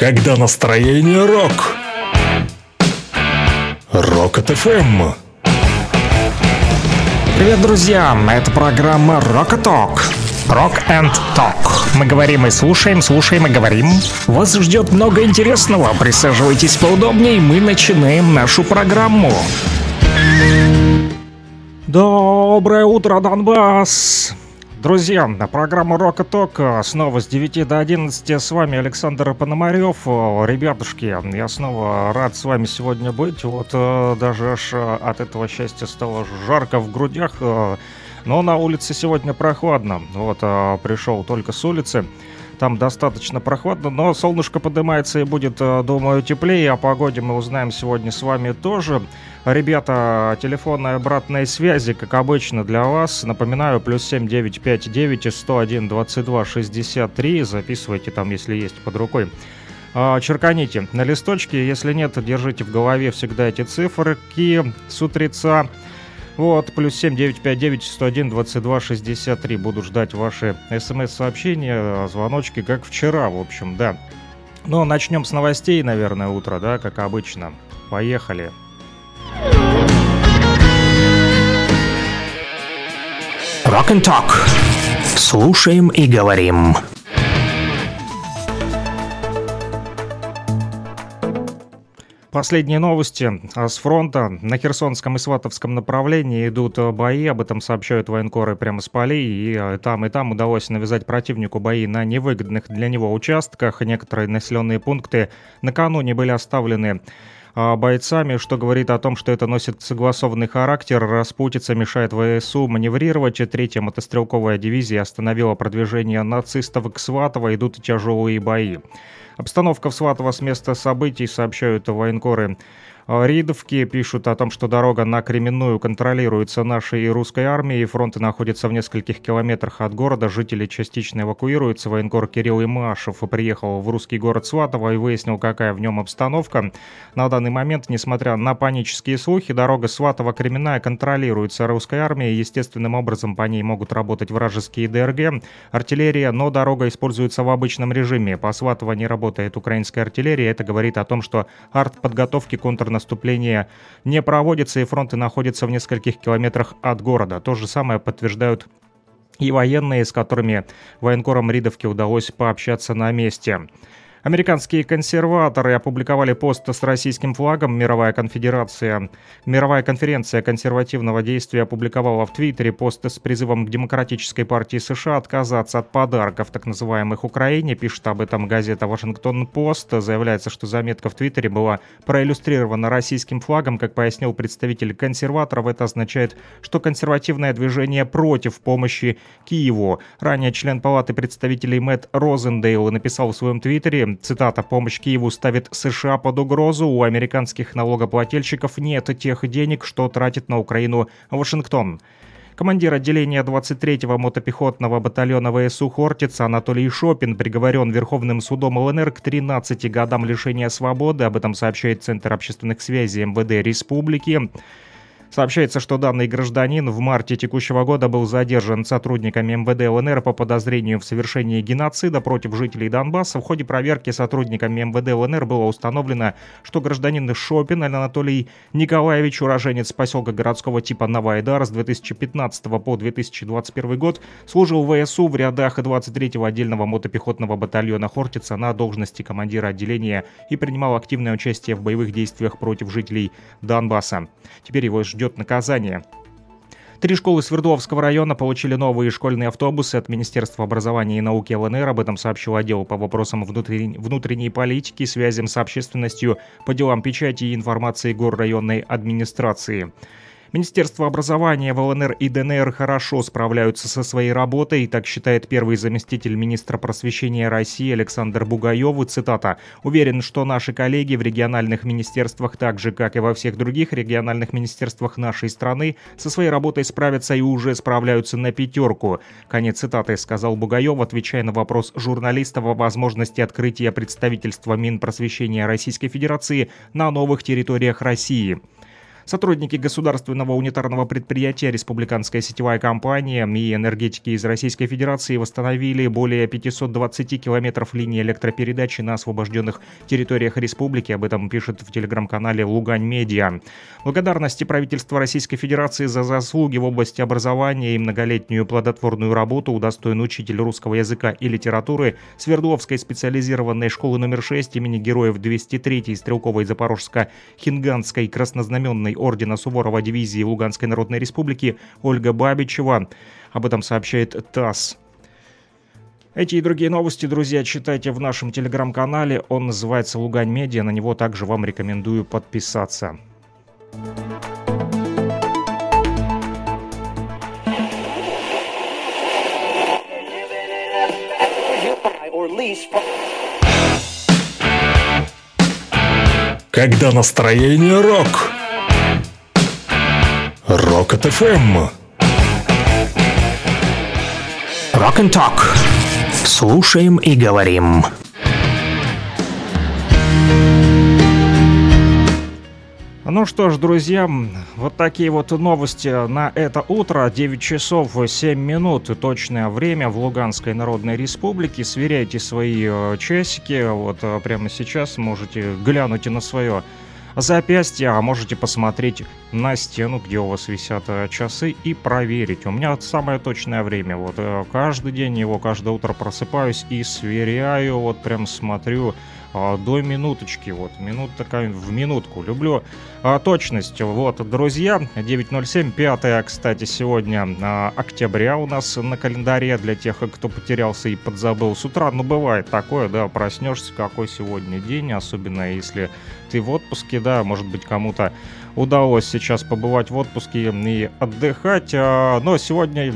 Когда настроение рок. Рокет ФМ. Привет, друзья! Это программа Rock Talk. Rock and Talk. Мы говорим и слушаем, слушаем и говорим. Вас ждет много интересного. Присаживайтесь поудобнее, мы начинаем нашу программу. Доброе утро, Донбасс! Друзья, программа Rock Talk снова с 9 до 11. С вами Александр Пономарев. Ребятушки, я снова рад с вами сегодня быть. Вот даже аж от этого счастья стало жарко в грудях. Но на улице сегодня прохладно. Вот пришел только с улицы. Там достаточно прохладно, но солнышко поднимается и будет, думаю, теплее. О погоде мы узнаем сегодня с вами тоже. Ребята, телефонной обратной связи, как обычно, для вас. Напоминаю, +7 959 101 22 63. Записывайте там, если есть под рукой. Черканите на листочке. Если нет, держите в голове всегда эти циферки с утреца. Вот, +7 959 101 22 63. Буду ждать ваши смс-сообщения, звоночки, как вчера, в общем, да. Ну, начнем с новостей, наверное, утро, да, как обычно. Поехали. Rock and Talk. Слушаем и говорим. Последние новости с фронта. На Херсонском и Сватовском направлении идут бои, об этом сообщают военкоры прямо с полей, и там удалось навязать противнику бои на невыгодных для него участках. Некоторые населенные пункты накануне были оставлены бойцами, что говорит о том, что это носит согласованный характер. Распутица мешает ВСУ маневрировать. 3-я мотострелковая дивизия остановила продвижение нацистов к Сватово, идут тяжелые бои. Обстановка в Сватово с места событий, сообщают военкоры Ридовки, пишут о том, что дорога на Кременную контролируется нашей и русской армией, фронты находятся в нескольких километрах от города, жители частично эвакуируются. Военкор Кирилл Имашев приехал в русский город Сватово и выяснил, какая в нем обстановка. На данный момент, несмотря на панические слухи, дорога Сватово-Кременная контролируется русской армией, естественным образом по ней могут работать вражеские ДРГ, артиллерия, но дорога используется в обычном режиме. По Сватово не работает украинская артиллерия, это говорит о том, что артподготовки контрнаступления не проводится, и фронты находятся в нескольких километрах от города. То же самое подтверждают и военные, с которыми военкорам Ридовки удалось пообщаться на месте. Американские консерваторы опубликовали пост с российским флагом. Мировая конференция консервативного действия опубликовала в Твиттере пост с призывом к Демократической партии США отказаться от подарков, так называемых, Украине. Пишет об этом газета «Вашингтон-Пост». Заявляется, что заметка в Твиттере была проиллюстрирована российским флагом. Как пояснил представитель консерваторов, это означает, что консервативное движение против помощи Киеву. Ранее член Палаты представителей Мэтт Розендейл написал в своем Твиттере, цитата: «Помощь Киеву ставит США под угрозу. У американских налогоплательщиков нет тех денег, что тратит на Украину Вашингтон». Командир отделения 23-го мотопехотного батальона ВСУ «Хортица» Анатолий Шопин приговорен Верховным судом ЛНР к 13 годам лишения свободы. Об этом сообщает Центр общественных связей МВД Республики. Сообщается, что данный гражданин в марте текущего года был задержан сотрудниками МВД ЛНР по подозрению в совершении геноцида против жителей Донбасса. В ходе проверки сотрудниками МВД ЛНР было установлено, что гражданин Шопин Анатолий Николаевич, уроженец поселка городского типа Новоайдар, с 2015 по 2021 год служил в ВСУ в рядах 23-го отдельного мотопехотного батальона «Хортица» на должности командира отделения и принимал активное участие в боевых действиях против жителей Донбасса. Теперь его ждет наказание. 3 школы Свердловского района получили новые школьные автобусы от Министерства образования и науки ЛНР. Об этом сообщил отдел по вопросам внутренней политики, связям с общественностью, по делам печати и информации горрайонной администрации. Министерство образования в ЛНР и ДНР хорошо справляются со своей работой, так считает первый заместитель министра просвещения России Александр Бугаев. Цитата: «Уверен, что наши коллеги в региональных министерствах, так же, как и во всех других региональных министерствах нашей страны, со своей работой справятся и уже справляются на 5. Конец цитаты, сказал Бугаев, отвечая на вопрос журналистов о возможности открытия представительства Минпросвещения Российской Федерации на новых территориях России. Сотрудники государственного унитарного предприятия «Республиканская сетевая компания» и энергетики из Российской Федерации восстановили более 520 километров линии электропередачи на освобожденных территориях республики. Об этом пишет в телеграм-канале «Лугань Медиа». Благодарности правительства Российской Федерации за заслуги в области образования и многолетнюю плодотворную работу удостоен учитель русского языка и литературы Свердловской специализированной школы номер 6 имени героев 203-й стрелковой Запорожско-Хинганской краснознаменной ордена Суворова дивизии Луганской Народной Республики Ольга Бабичева. Об этом сообщает ТАСС. Эти и другие новости, друзья, читайте в нашем телеграм-канале. Он называется «Лугань Медиа». На него также вам рекомендую подписаться. Когда настроение рок. Rocket FM. Rock and Talk. Слушаем и говорим. Ну что ж, друзья, вот такие вот новости на это утро. 9 часов 7 минут точное время в Луганской Народной Республике. Сверяйте свои часики. Вот прямо сейчас можете глянуть на свое запястье, а можете посмотреть на стену, где у вас висят часы, и проверить. У меня самое точное время. Вот каждый день его, каждое утро просыпаюсь и сверяю. Вот прям смотрю до минуточки, вот, минут такая в минутку. Люблю точность. Вот, друзья, 9:07, 5, кстати, сегодня октября у нас на календаре, для тех, кто потерялся и подзабыл с утра. Ну, бывает такое, да, проснешься, какой сегодня день, особенно если ты в отпуске, да, может быть, кому-то удалось сейчас побывать в отпуске и отдыхать, но сегодня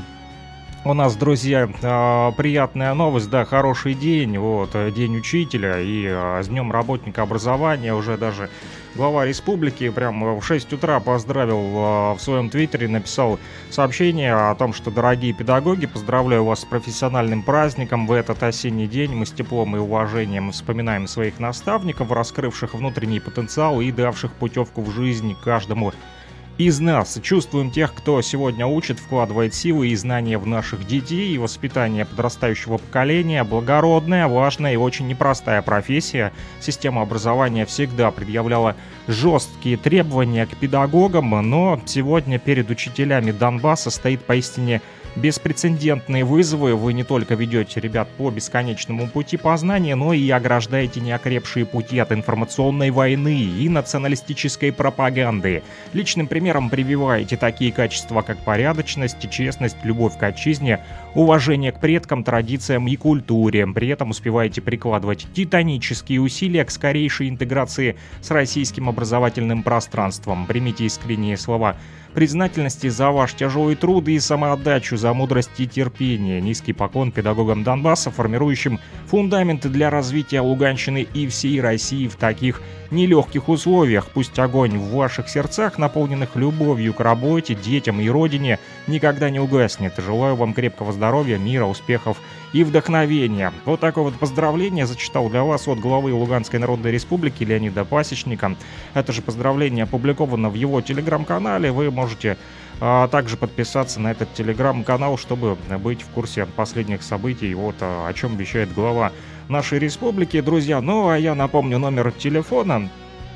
у нас, друзья, приятная новость, да, хороший день, вот, день учителя, и с днем работника образования уже даже глава республики прям в 6 утра поздравил в своем твиттере, написал сообщение о том, что, дорогие педагоги, поздравляю вас с профессиональным праздником. В этот осенний день мы с теплом и уважением вспоминаем своих наставников, раскрывших внутренний потенциал и давших путевку в жизнь каждому из нас. Чувствуем тех, кто сегодня учит, вкладывает силы и знания в наших детей, и воспитание подрастающего поколения. Благородная, важная и очень непростая профессия. Система образования всегда предъявляла жесткие требования к педагогам, но сегодня перед учителями Донбасса стоит поистине беспрецедентные вызовы. Вы не только ведете ребят по бесконечному пути познания, но и ограждаете неокрепшие пути от информационной войны и националистической пропаганды. Личным примером прививаете такие качества, как порядочность, честность, любовь к отчизне, уважение к предкам, традициям и культуре. При этом успеваете прикладывать титанические усилия к скорейшей интеграции с российским образовательным пространством. Примите искренние слова признательности за ваш тяжелый труд и самоотдачу, за мудрость и терпение. Низкий поклон педагогам Донбасса, формирующим фундаменты для развития Луганщины и всей России в таких нелегких условиях. Пусть огонь в ваших сердцах, наполненных любовью к работе, детям и родине, никогда не угаснет. Желаю вам крепкого здоровья, мира, успехов и вдохновения. Вот такое вот поздравление зачитал для вас от главы Луганской Народной Республики Леонида Пасечника. Это же поздравление опубликовано в его телеграм-канале. Вы можете также подписаться на этот телеграм-канал, чтобы быть в курсе последних событий, вот о чем вещает глава нашей республики, друзья. Ну, а я напомню номер телефона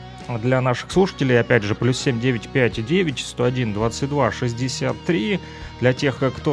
для наших слушателей, опять же, +7 959 101 22 63. Для тех,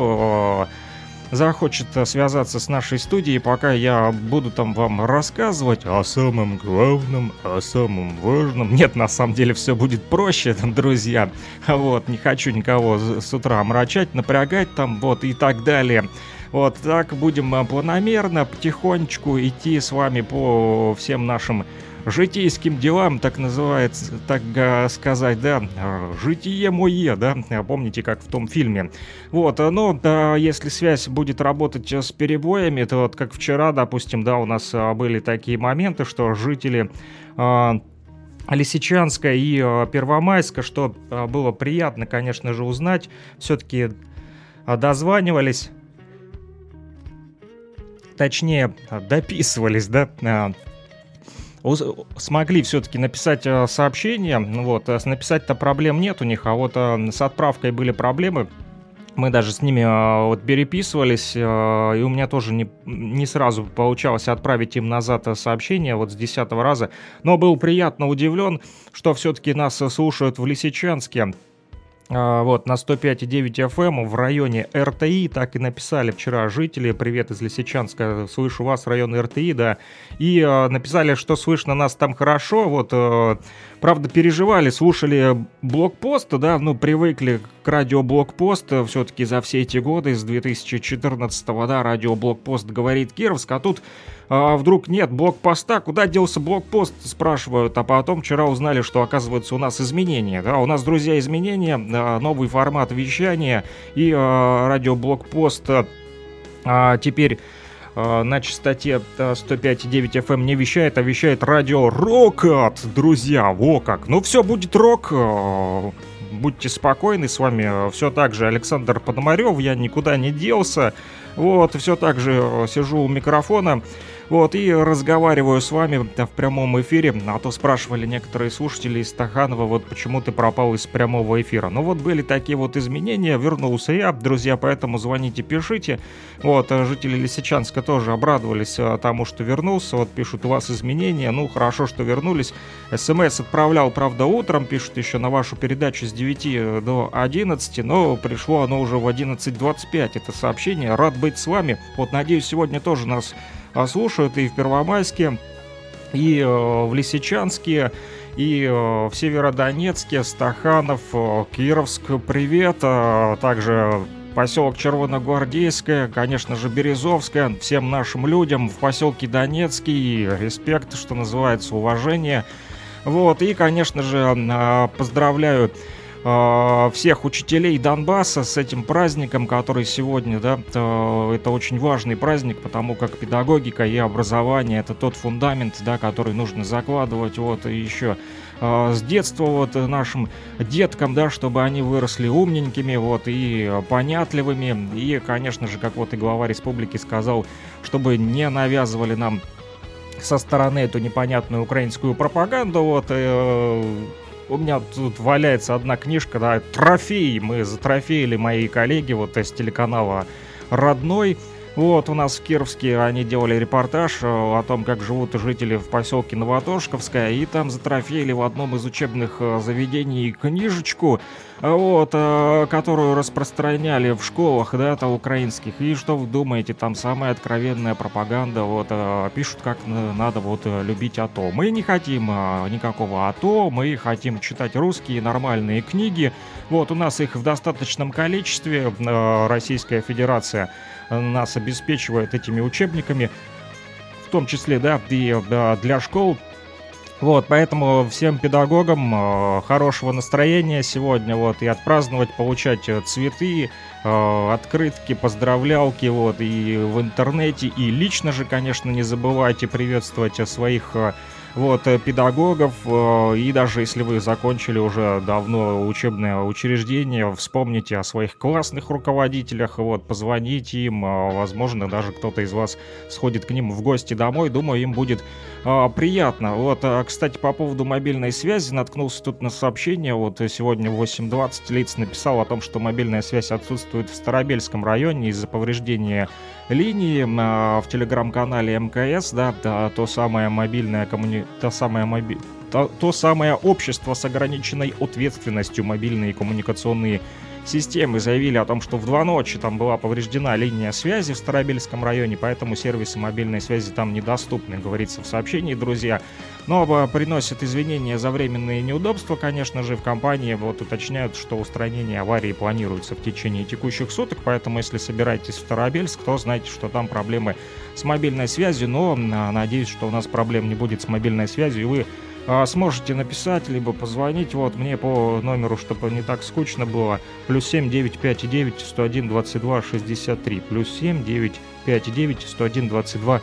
кто захочет связаться с нашей студией, пока я буду там вам рассказывать о самом главном, о самом важном. Нет, на самом деле все будет проще, друзья. Вот, не хочу никого с утра омрачать, напрягать там, вот, и так далее. Вот так будем планомерно, потихонечку идти с вами по всем нашим житейским делам, так называется, так сказать, да, житие мое, да, помните, как в том фильме. Вот, но да, если связь будет работать с перебоями, то вот как вчера, допустим, да, у нас были такие моменты, что жители Лисичанска и Первомайска, что было приятно, конечно же, узнать, все-таки дозванивались, точнее, дописывались, да, смогли все-таки написать сообщение. Вот, написать-то проблем нет у них, а вот с отправкой были проблемы. Мы даже с ними вот переписывались, и у меня тоже не сразу получалось отправить им назад сообщение вот с 10-го раза. Но был приятно удивлен, что все-таки нас слушают в Лисичанске. Вот, на 105,9 FM в районе РТИ, так и написали вчера жители. Привет из Лисичанска, слышу вас, район РТИ, да. И написали, что слышно нас там хорошо, вот, правда, переживали, слушали блокпост, да, ну, привыкли к радио Блокпост, все-таки за все эти годы, с 2014-го, да, радио Блокпост говорит Кировск, а тут вдруг нет блокпоста, куда делся блокпост, спрашивают, а потом вчера узнали, что, оказывается, у нас изменения, да, у нас, друзья, изменения, новый формат вещания, и радио Блокпост теперь на частоте 105,9 FM не вещает, а вещает радио Рокот, друзья, во как, ну все, будет рок, будьте спокойны, с вами все так же Александр Пономарев, я никуда не делся, вот, все так же сижу у микрофона, вот, и разговариваю с вами в прямом эфире, а то спрашивали некоторые слушатели из Стаханова, вот почему ты пропал из прямого эфира. Ну вот были такие вот изменения, вернулся я, друзья, поэтому звоните, пишите. Вот, жители Лисичанска тоже обрадовались тому, что вернулся, вот пишут, у вас изменения, ну хорошо, что вернулись. СМС отправлял, правда, утром, пишут еще на вашу передачу с 9 до 11, но пришло оно уже в 11:25, это сообщение, рад быть с вами. Вот, надеюсь, сегодня тоже нас слушают и в Первомайске, и в Лисичанске, и в Северодонецке, Стаханов, Кировск, привет, также поселок Червоногвардейское, конечно же, Березовское, всем нашим людям в поселке Донецкий, респект, что называется, уважение. Вот, и, конечно же, поздравляю всех учителей Донбасса с этим праздником, который сегодня, да, это очень важный праздник, потому как педагогика и образование — это тот фундамент, да, который нужно закладывать, вот, и еще с детства вот нашим деткам, да, чтобы они выросли умненькими, вот, и понятливыми, и, конечно же, как вот и глава республики сказал, чтобы не навязывали нам со стороны эту непонятную украинскую пропаганду, вот, у меня тут валяется одна книжка, да, трофей, мы затрофеили мои коллеги вот из телеканала «Родной». Вот, у нас в Кировске они делали репортаж о том, как живут жители в поселке Новотошковское, и там затрофеили в одном из учебных заведений книжечку, вот, которую распространяли в школах, да, украинских. И что вы думаете, там самая откровенная пропаганда, вот, пишут, как надо вот любить АТО. Мы не хотим никакого АТО, мы хотим читать русские нормальные книги. Вот, у нас их в достаточном количестве, Российская Федерация нас обеспечивает этими учебниками, в том числе, да, и для школ. Вот, поэтому всем педагогам хорошего настроения сегодня, вот, и отпраздновать, получать цветы, открытки, поздравлялки, вот, и в интернете, и лично же, конечно, не забывайте приветствовать своих вот, педагогов, и даже если вы закончили уже давно учебное учреждение, вспомните о своих классных руководителях, вот, позвоните им, возможно, даже кто-то из вас сходит к ним в гости домой, думаю, им будет приятно. Вот, кстати, по поводу мобильной связи, наткнулся тут на сообщение, вот, сегодня в 8:20 лиц написал о том, что мобильная связь отсутствует в Старобельском районе из-за повреждения линии в телеграм-канале МКС, да, то самое мобильное то самое общество с ограниченной ответственностью мобильные коммуникационные системы заявили о том, что в 2 ночи там была повреждена линия связи в Старобельском районе, поэтому сервисы мобильной связи там недоступны, говорится в сообщении, друзья. Но приносят извинения за временные неудобства, конечно же, в компании вот уточняют, что устранение аварии планируется в течение текущих суток, поэтому если собираетесь в Старобельск, то знайте, что там проблемы с мобильной связью, но надеюсь, что у нас проблем не будет с мобильной связью, и вы сможете написать, либо позвонить вот мне по номеру, чтобы не так скучно было, +7 959 101 22 63, +7 959 101 22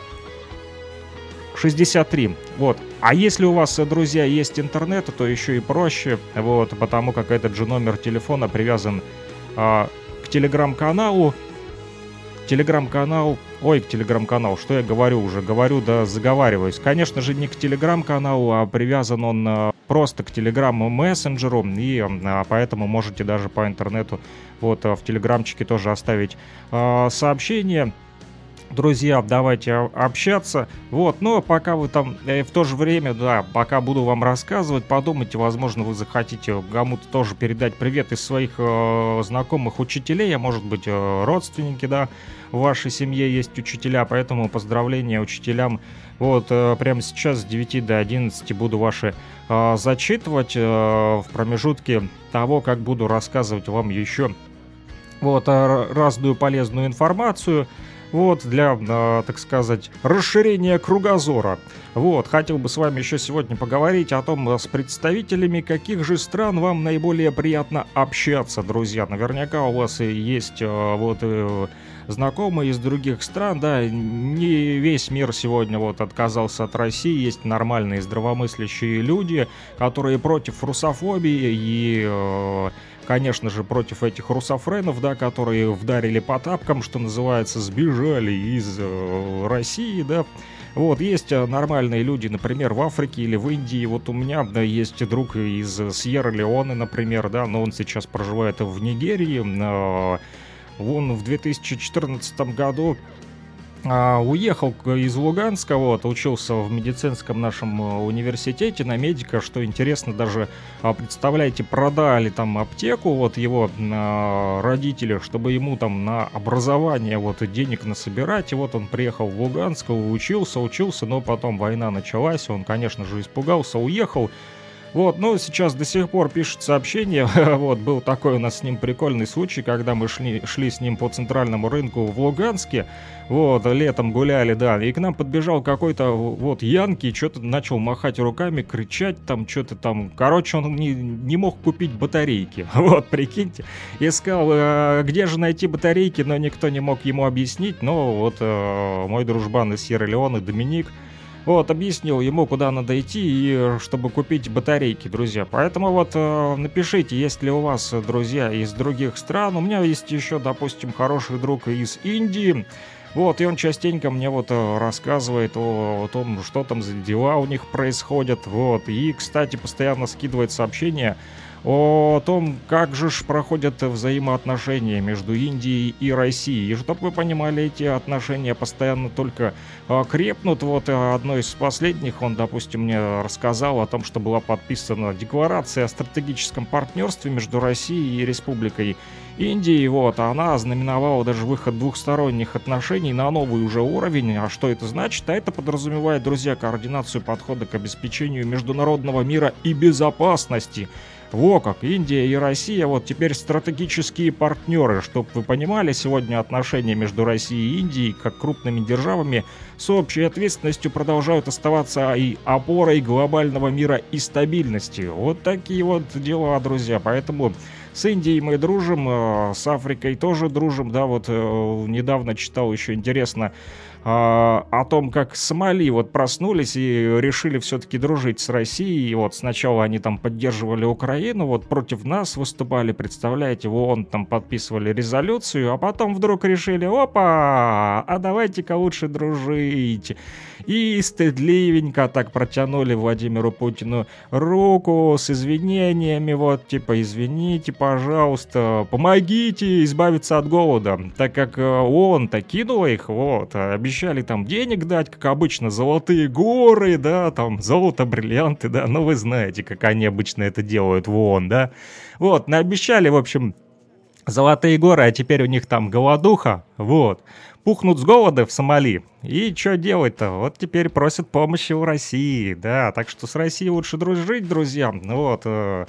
63. Вот. А если у вас, друзья, есть интернет, то еще и проще, вот, потому как этот же номер телефона привязан к телеграм-каналу телеграм-канал, ой, телеграм-канал, что я говорю уже, говорю, да заговариваюсь. Конечно же, не к телеграм-каналу, а привязан он просто к телеграм-мессенджеру, и поэтому можете даже по интернету вот в телеграмчике тоже оставить сообщение. Друзья, давайте общаться. Вот, но пока вы там в то же время, да, пока буду вам рассказывать, подумайте, возможно, вы захотите кому-то тоже передать привет из своих знакомых учителей, а может быть, родственники, да, в вашей семье есть учителя, поэтому поздравления учителям. Вот, прямо сейчас с 9 до 11 буду ваши зачитывать в промежутке того, как буду рассказывать вам еще вот разную полезную информацию. Вот, для, так сказать, расширения кругозора. Вот, хотел бы с вами еще сегодня поговорить о том, с представителями каких же стран вам наиболее приятно общаться, друзья. Наверняка у вас есть знакомые из других стран, да, не весь мир сегодня вот отказался от России, есть нормальные здравомыслящие люди, которые против русофобии и... конечно же, против этих русофренов, да, которые вдарили по тапкам, что называется, сбежали из России, да. Вот, есть нормальные люди, например, в Африке или в Индии. Вот у меня, да, есть друг из Сьерра-Леоне, например, да, но он сейчас проживает в Нигерии. Он в 2014 году уехал из Луганска, вот, учился в медицинском нашем университете на медика, что интересно, даже, представляете, продали там аптеку, вот, его родители, чтобы ему там на образование вот денег насобирать, и вот он приехал в Луганск, учился, но потом война началась, он, конечно же, испугался, уехал. Вот, ну, сейчас до сих пор пишет сообщение, вот, был такой у нас с ним прикольный случай, когда мы шли с ним по центральному рынку в Луганске, вот, летом гуляли, да, и к нам подбежал какой-то, вот, янки, что-то начал махать руками, кричать там, что-то там, короче, он не мог купить батарейки, вот, прикиньте, искал, где же найти батарейки, но никто не мог ему объяснить, но вот мой дружбан из Сьерра-Леоне, Доминик, вот, объяснил ему, куда надо идти, и чтобы купить батарейки, друзья. Поэтому вот напишите, есть ли у вас друзья из других стран. У меня есть еще, допустим, хороший друг из Индии. Вот, и он частенько мне вот рассказывает о том, что там за дела у них происходят. Вот, и, кстати, постоянно скидывает сообщения о том, как же проходят взаимоотношения между Индией и Россией. И чтобы вы понимали, эти отношения постоянно только крепнут. Вот одно из последних, он, допустим, мне рассказал о том, что была подписана декларация о стратегическом партнерстве между Россией и Республикой Индии. Вот, она ознаменовала даже выход двухсторонних отношений на новый уже уровень. А что это значит? А это подразумевает, друзья, координацию подхода к обеспечению международного мира и безопасности. Во как, Индия и Россия вот теперь стратегические партнеры. Чтоб вы понимали, сегодня отношения между Россией и Индией, как крупными державами, с общей ответственностью продолжают оставаться и опорой глобального мира и стабильности. Вот такие вот дела, друзья. Поэтому с Индией мы дружим, с Африкой тоже дружим. Да, вот недавно читал, еще интересно, о том, как Сомали вот проснулись и решили все-таки дружить с Россией. И вот сначала они там поддерживали Украину, вот против нас выступали, представляете, в ООН там подписывали резолюцию, а потом вдруг решили, опа, а давайте-ка лучше дружить. И стыдливенько так протянули Владимиру Путину руку с извинениями, вот, типа, извините, пожалуйста, помогите избавиться от голода, так как ООН-то кинула их, вот, обещали там денег дать, как обычно, золотые горы, да, там, золото, бриллианты, да, ну вы знаете, как они обычно это делают в ООН, да, вот, наобещали, в общем, золотые горы, а теперь у них там голодуха, вот, пухнут с голода в Сомали. И что делать-то? Вот теперь просят помощи у России, да, так что с Россией лучше дружить, друзья, вот.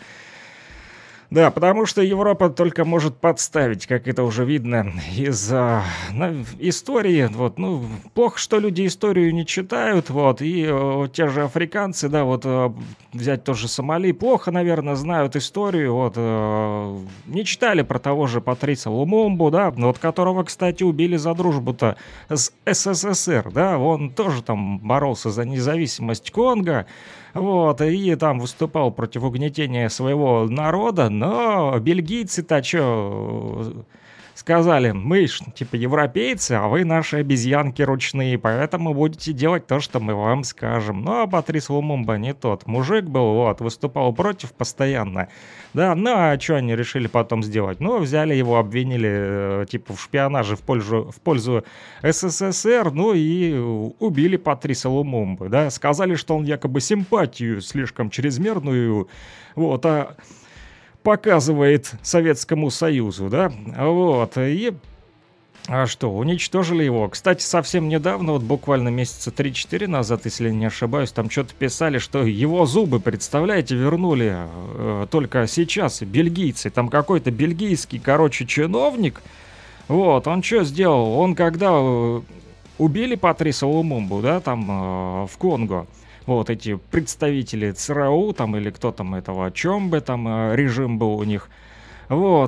Да, потому что Европа только может подставить, как это уже видно из истории. Вот, ну, плохо, что люди историю не читают, вот, и те же африканцы, да, вот, взять тоже Сомали, плохо, наверное, знают историю, вот, не читали про того же Патриса Лумумбу, да, вот, которого, кстати, убили за дружбу-то с СССР, да, он тоже там боролся за независимость Конго, вот, и там выступал против угнетения своего народа, но бельгийцы-то что, сказали: мы ж, типа, европейцы, а вы наши обезьянки ручные, поэтому будете делать то, что мы вам скажем. Ну, а Патрис Лумумба не тот мужик был, вот, выступал против постоянно. Да, ну, а что они решили потом сделать? Ну, взяли его, обвинили, типа, в шпионаже в пользу СССР, ну, и убили Патриса Лумумбы, да. Сказали, что он якобы симпатию слишком чрезмерную, вот, показывает Советскому Союзу, да, вот, и что, уничтожили его. Кстати, совсем недавно, вот буквально месяца 3-4 назад, если не ошибаюсь, там что-то писали, что его зубы, представляете, вернули только сейчас, бельгийцы. Там какой-то бельгийский, короче, чиновник, вот, он что сделал? Он когда убили Патриса Лумумбу, да, там в Конго, вот эти представители ЦРУ там или кто там этого, Чомбе там режим был у них, вот,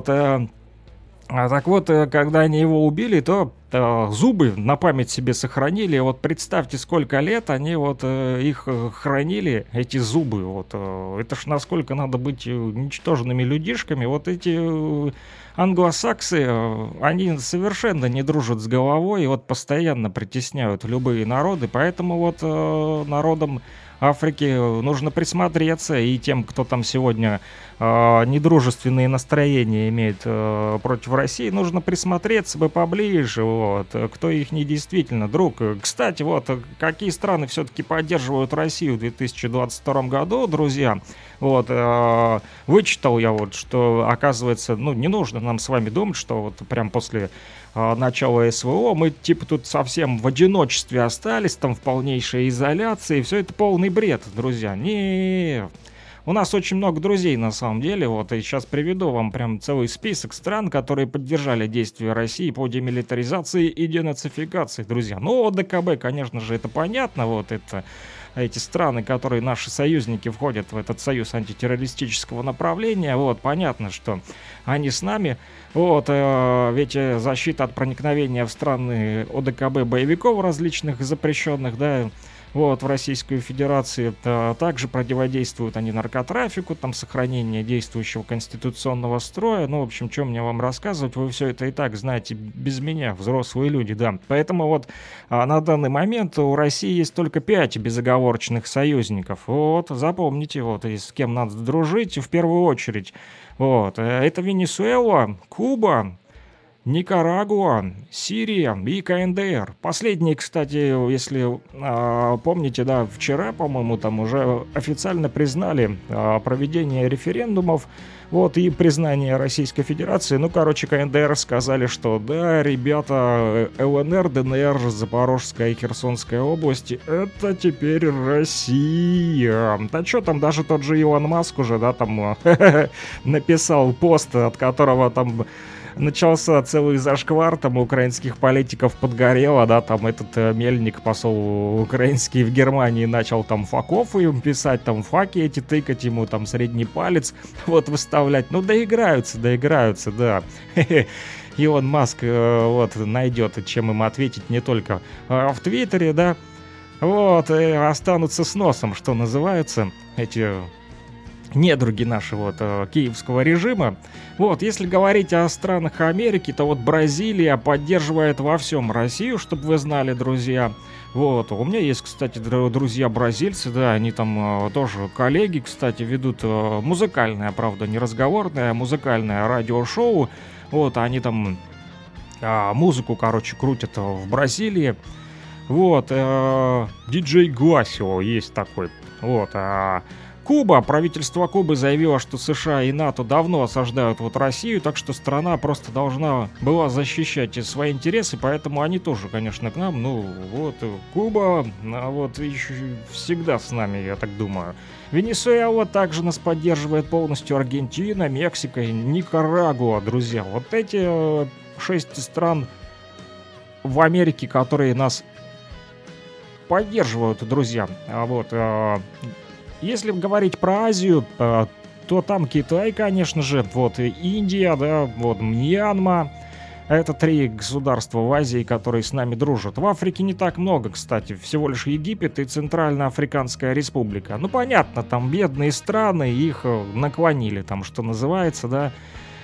так вот, когда они его убили, то зубы на память себе сохранили. Вот представьте, сколько лет они вот их хранили, эти зубы. Вот, это ж насколько надо быть ничтожными людишками. Вот эти англосаксы, они совершенно не дружат с головой и вот постоянно притесняют любые народы. Поэтому вот народам Африки нужно присмотреться, и тем, кто там сегодня недружественные настроения имеет против России, нужно присмотреться бы поближе, вот, кто их не действительно друг. Кстати, вот, какие страны все-таки поддерживают Россию в 2022 году, друзья, вот, вычитал я вот, что, оказывается, ну, не нужно нам с вами думать, что вот прям после начала СВО мы типа тут совсем в одиночестве остались, там в полнейшей изоляции, все это полный бред, друзья. Не, у нас очень много друзей на самом деле, вот, и сейчас приведу вам прям целый список стран, которые поддержали действия России по демилитаризации и денацификации, друзья. Ну, ОДКБ, конечно же, это понятно, вот, это эти страны, которые наши союзники входят в этот союз антитеррористического направления, вот, понятно, что они с нами, вот, ведь защита от проникновения в страны ОДКБ боевиков различных запрещенных, да, вот, в Российскую Федерацию, также противодействуют они наркотрафику, там, сохранение действующего конституционного строя, ну, в общем, что мне вам рассказывать, вы все это и так знаете без меня, взрослые люди, да, поэтому вот на данный момент у России есть только 5 безоговорочных союзников, вот, запомните, вот, и с кем надо дружить в первую очередь, вот, это Венесуэла, Куба, Никарагуа, Сирия и КНДР. Последние, кстати, если помните, да, вчера, по-моему, там уже официально признали проведение референдумов, вот, и признание Российской Федерации. Ну, короче, КНДР сказали, что да, ребята, ЛНР, ДНР, Запорожская и Херсонская области, это теперь Россия. Да что там, даже тот же Илон Маск уже, да, там написал пост, от которого там начался целый зашквар, там у украинских политиков подгорело, да, там этот Мельник, посол украинский в Германии, начал там факов им писать, там факи эти тыкать ему, там средний палец вот выставлять, ну доиграются, да. Илон Маск вот найдет, чем им ответить не только в Твиттере, да, вот, и останутся с носом, что называется, эти недруги нашего вот, киевского режима. Вот, если говорить о странах Америки, то вот Бразилия поддерживает во всем Россию, чтобы вы знали, друзья. Вот, у меня есть, кстати, друзья бразильцы, да, они там тоже коллеги, кстати, ведут музыкальное, правда, не разговорное, а музыкальное радиошоу. Вот, они там музыку, короче, крутят в Бразилии. Вот, диджей Гуасио есть такой. Вот, Куба, правительство Кубы заявило, что США и НАТО давно осаждают вот Россию, так что страна просто должна была защищать свои интересы, поэтому они тоже, конечно, к нам, ну вот, Куба, вот еще всегда с нами, я так думаю. Венесуэла также нас поддерживает полностью, Аргентина, Мексика и Никарагуа, друзья. Вот эти 6 стран в Америке, которые нас поддерживают, друзья. Вот, если говорить про Азию, то там Китай, конечно же, вот и Индия, да, вот Мьянма. Это 3 государства в Азии, которые с нами дружат. В Африке не так много, кстати, всего лишь Египет и Центральноафриканская Республика. Ну, понятно, там бедные страны, их наклонили, там, что называется, да.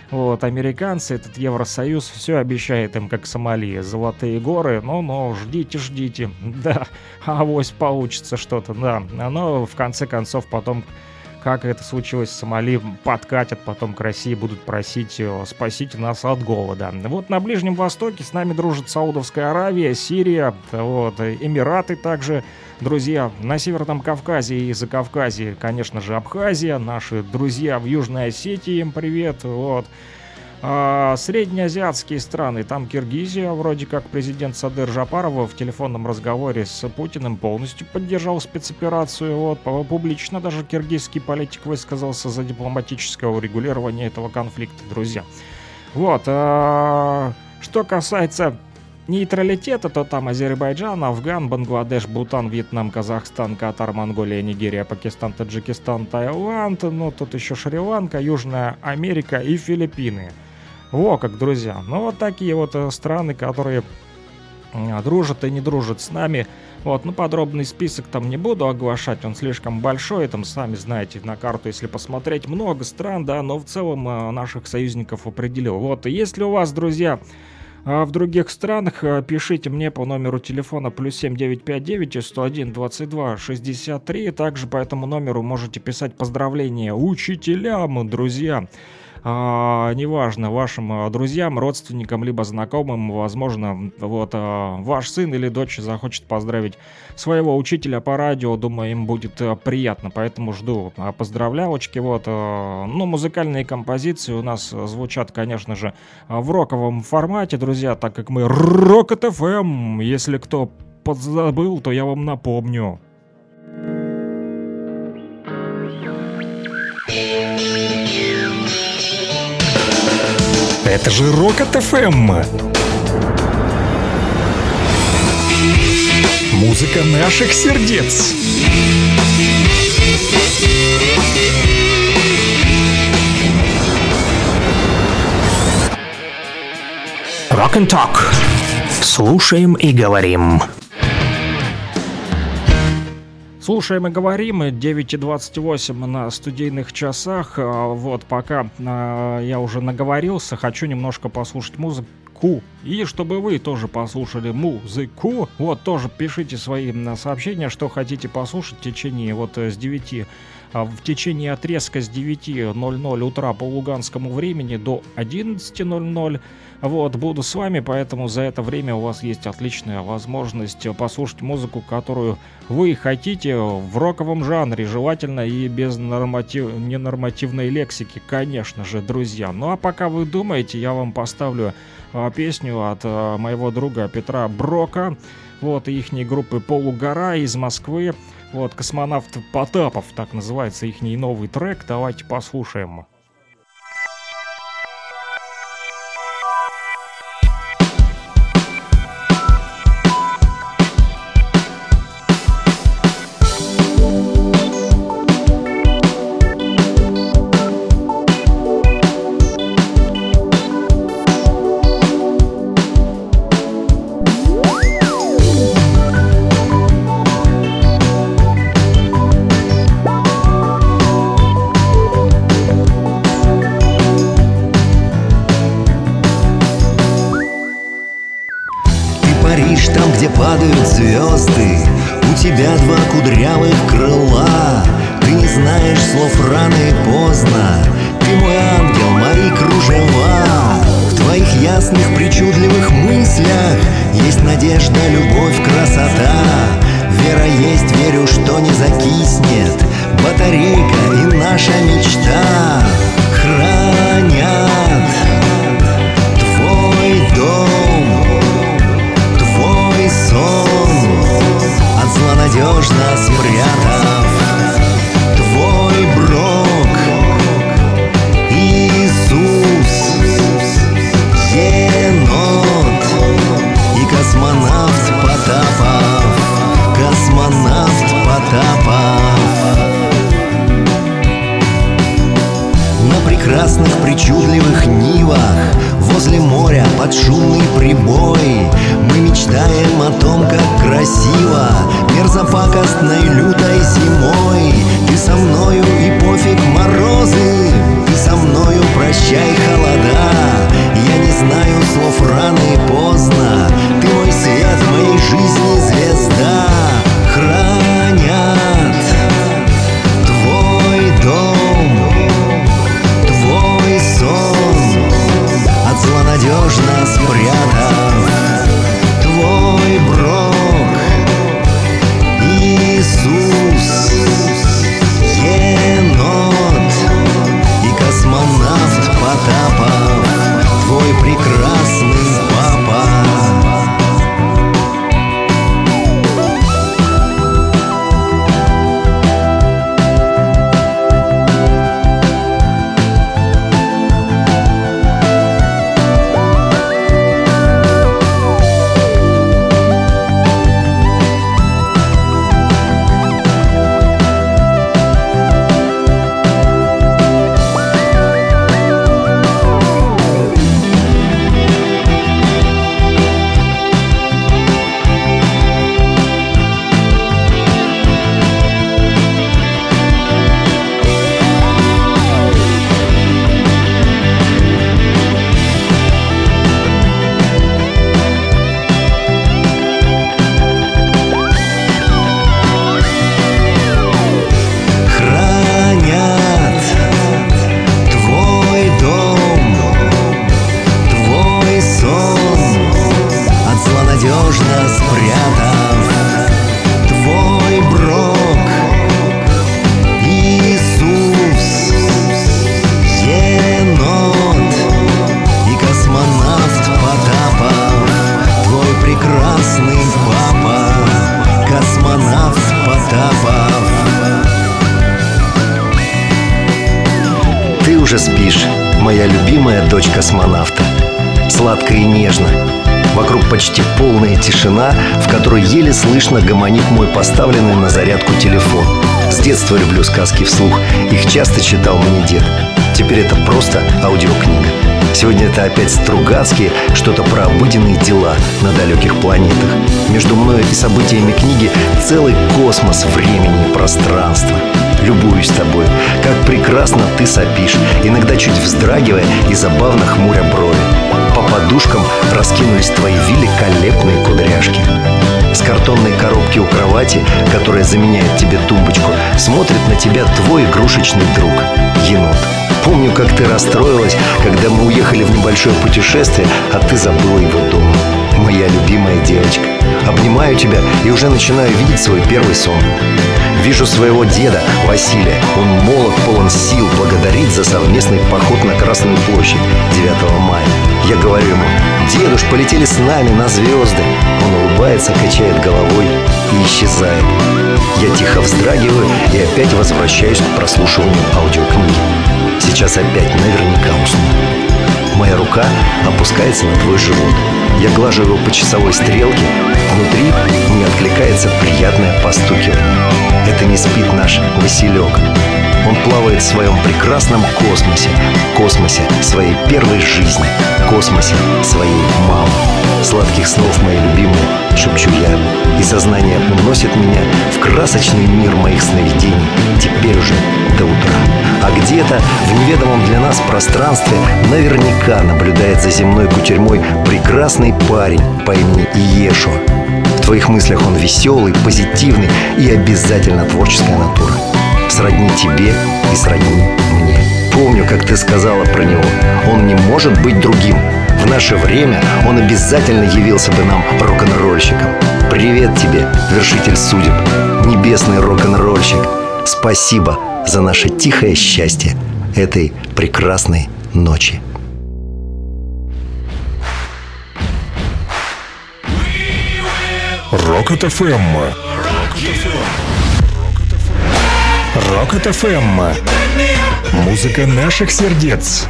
Вот, американцы, этот Евросоюз, все обещает им, как Сомали, золотые горы, но ждите, да, авось получится что-то, да, но в конце концов потом, как это случилось в Сомали, подкатят потом к России, будут просить: спасите нас от голода. Вот на Ближнем Востоке с нами дружит Саудовская Аравия, Сирия, вот, Эмираты также, друзья, на Северном Кавказе и Закавказье, конечно же, Абхазия, наши друзья в Южной Осетии, им привет, вот. Среднеазиатские страны, там Киргизия, вроде как президент Садыр Жапаров в телефонном разговоре с Путиным полностью поддержал спецоперацию, вот, публично даже киргизский политик высказался за дипломатическое урегулирование этого конфликта, друзья. Вот, что касается нейтралитета, то там Азербайджан, Афган, Бангладеш, Бутан, Вьетнам, Казахстан, Катар, Монголия, Нигерия, Пакистан, Таджикистан, Таиланд, ну тут еще Шри-Ланка, Южная Америка и Филиппины. Во как, друзья. Ну вот такие вот страны, которые дружат и не дружат с нами. Вот, ну подробный список там не буду оглашать, он слишком большой, там сами знаете, на карту если посмотреть, много стран, да, но в целом наших союзников определил. Вот, и если у вас, друзья, в других странах, пишите мне по номеру телефона +7 959 101 22 63. Также по этому номеру можете писать поздравления учителям, друзья. Неважно, вашим друзьям, родственникам, либо знакомым, возможно, вот ваш сын или дочь захочет поздравить своего учителя по радио, думаю, им будет приятно, поэтому жду поздравлялочки, вот. Ну, музыкальные композиции у нас звучат, конечно же, в роковом формате, друзья, так как мы Rocket FM, если кто подзабыл, то я вам напомню. Это же Rocket FM. Музыка наших сердец. Rock and Talk. Слушаем и говорим. Слушаем и говорим, 9:28 на студийных часах. Вот, пока я уже наговорился, хочу немножко послушать музыку. И чтобы вы тоже послушали музыку, вот, тоже пишите свои сообщения, что хотите послушать в течение вот с 9, в течение отрезка с 9:00 утра по луганскому времени до 11:00. Вот, буду с вами, поэтому за это время у вас есть отличная возможность послушать музыку, которую вы хотите в роковом жанре, желательно и без ненормативной лексики, конечно же, друзья. Ну а пока вы думаете, я вам поставлю песню от моего друга Петра Брока, вот, и ихней группы «Полугора» из Москвы. Вот, «Космонавт Потапов», так называется ихний новый трек, давайте послушаем. Там, где падают звезды, у тебя два кудрявых крыла. Ты не знаешь слов рано и поздно, ты мой ангел, мои кружева. В твоих ясных, причудливых мыслях есть надежда, любовь, красота. Вера есть, верю, что не закиснет батарейка и наша мечта. Хранят твой дом, от зла надежно спрятав. Твой Брок, Иисус, енот и космонавт Потапов, космонавт Потапов. На прекрасных, причудливых нивах возле моря под шумный прибой мы мечтаем о том, как красиво мерзопакостной лютой зимой. Ты со мною и пофиг морозы, ты со мною прощай холода. уже спишь, моя любимая дочь космонавта. Сладко и нежно. Вокруг почти полная тишина, в которой еле слышно гомонит мой поставленный на зарядку телефон. С детства люблю сказки вслух. Их часто читал мне дед. Теперь это просто аудиокнига. Сегодня это опять Стругацкие, что-то про обыденные дела на далеких планетах. Между мною и событиями книги целый космос времени и пространства. Любуюсь тобой, как прекрасно ты сопишь, иногда чуть вздрагивая и забавно хмуря брови. По подушкам раскинулись твои великолепные кудряшки. С картонной коробки у кровати, которая заменяет тебе тумбочку, смотрит на тебя твой игрушечный друг — енот. Помню, как ты расстроилась, когда мы уехали в небольшое путешествие, а ты забыла его дома. Моя любимая девочка. Обнимаю тебя и уже начинаю видеть свой первый сон. Вижу своего деда Василия. Он молод, полон сил, благодарит за совместный поход на Красную площадь 9 мая. Я говорю ему: «Дедуш, полетели с нами на звезды». Он улыбается, качает головой и исчезает. Я тихо вздрагиваю и опять возвращаюсь к прослушиванию аудиокниги. Сейчас опять наверняка усну. Моя рука опускается на твой живот. Я глажу его по часовой стрелке. Внутри мне откликается приятное постукивание. Это не спит наш Василек. Он плавает в своем прекрасном космосе. Космосе своей первой жизни. Космосе своей мамы. Сладких снов, мои любимые, шепчу я. И сознание уносит меня в красочный мир моих сновидений. Теперь уже до утра. А где-то в неведомом для нас пространстве наверняка наблюдает за земной кутерьмой прекрасный парень по имени Иешуа. В твоих мыслях он веселый, позитивный и обязательно творческая натура. Сродни тебе и сродни мне. Помню, как ты сказала про него. Он не может быть другим. В наше время он обязательно явился бы нам рок-н-ролльщиком. Привет тебе, вершитель судеб, небесный рок-н-ролльщик. Спасибо за наше тихое счастье этой прекрасной ночи. Rocket FM. Rocket FM. Музыка наших сердец.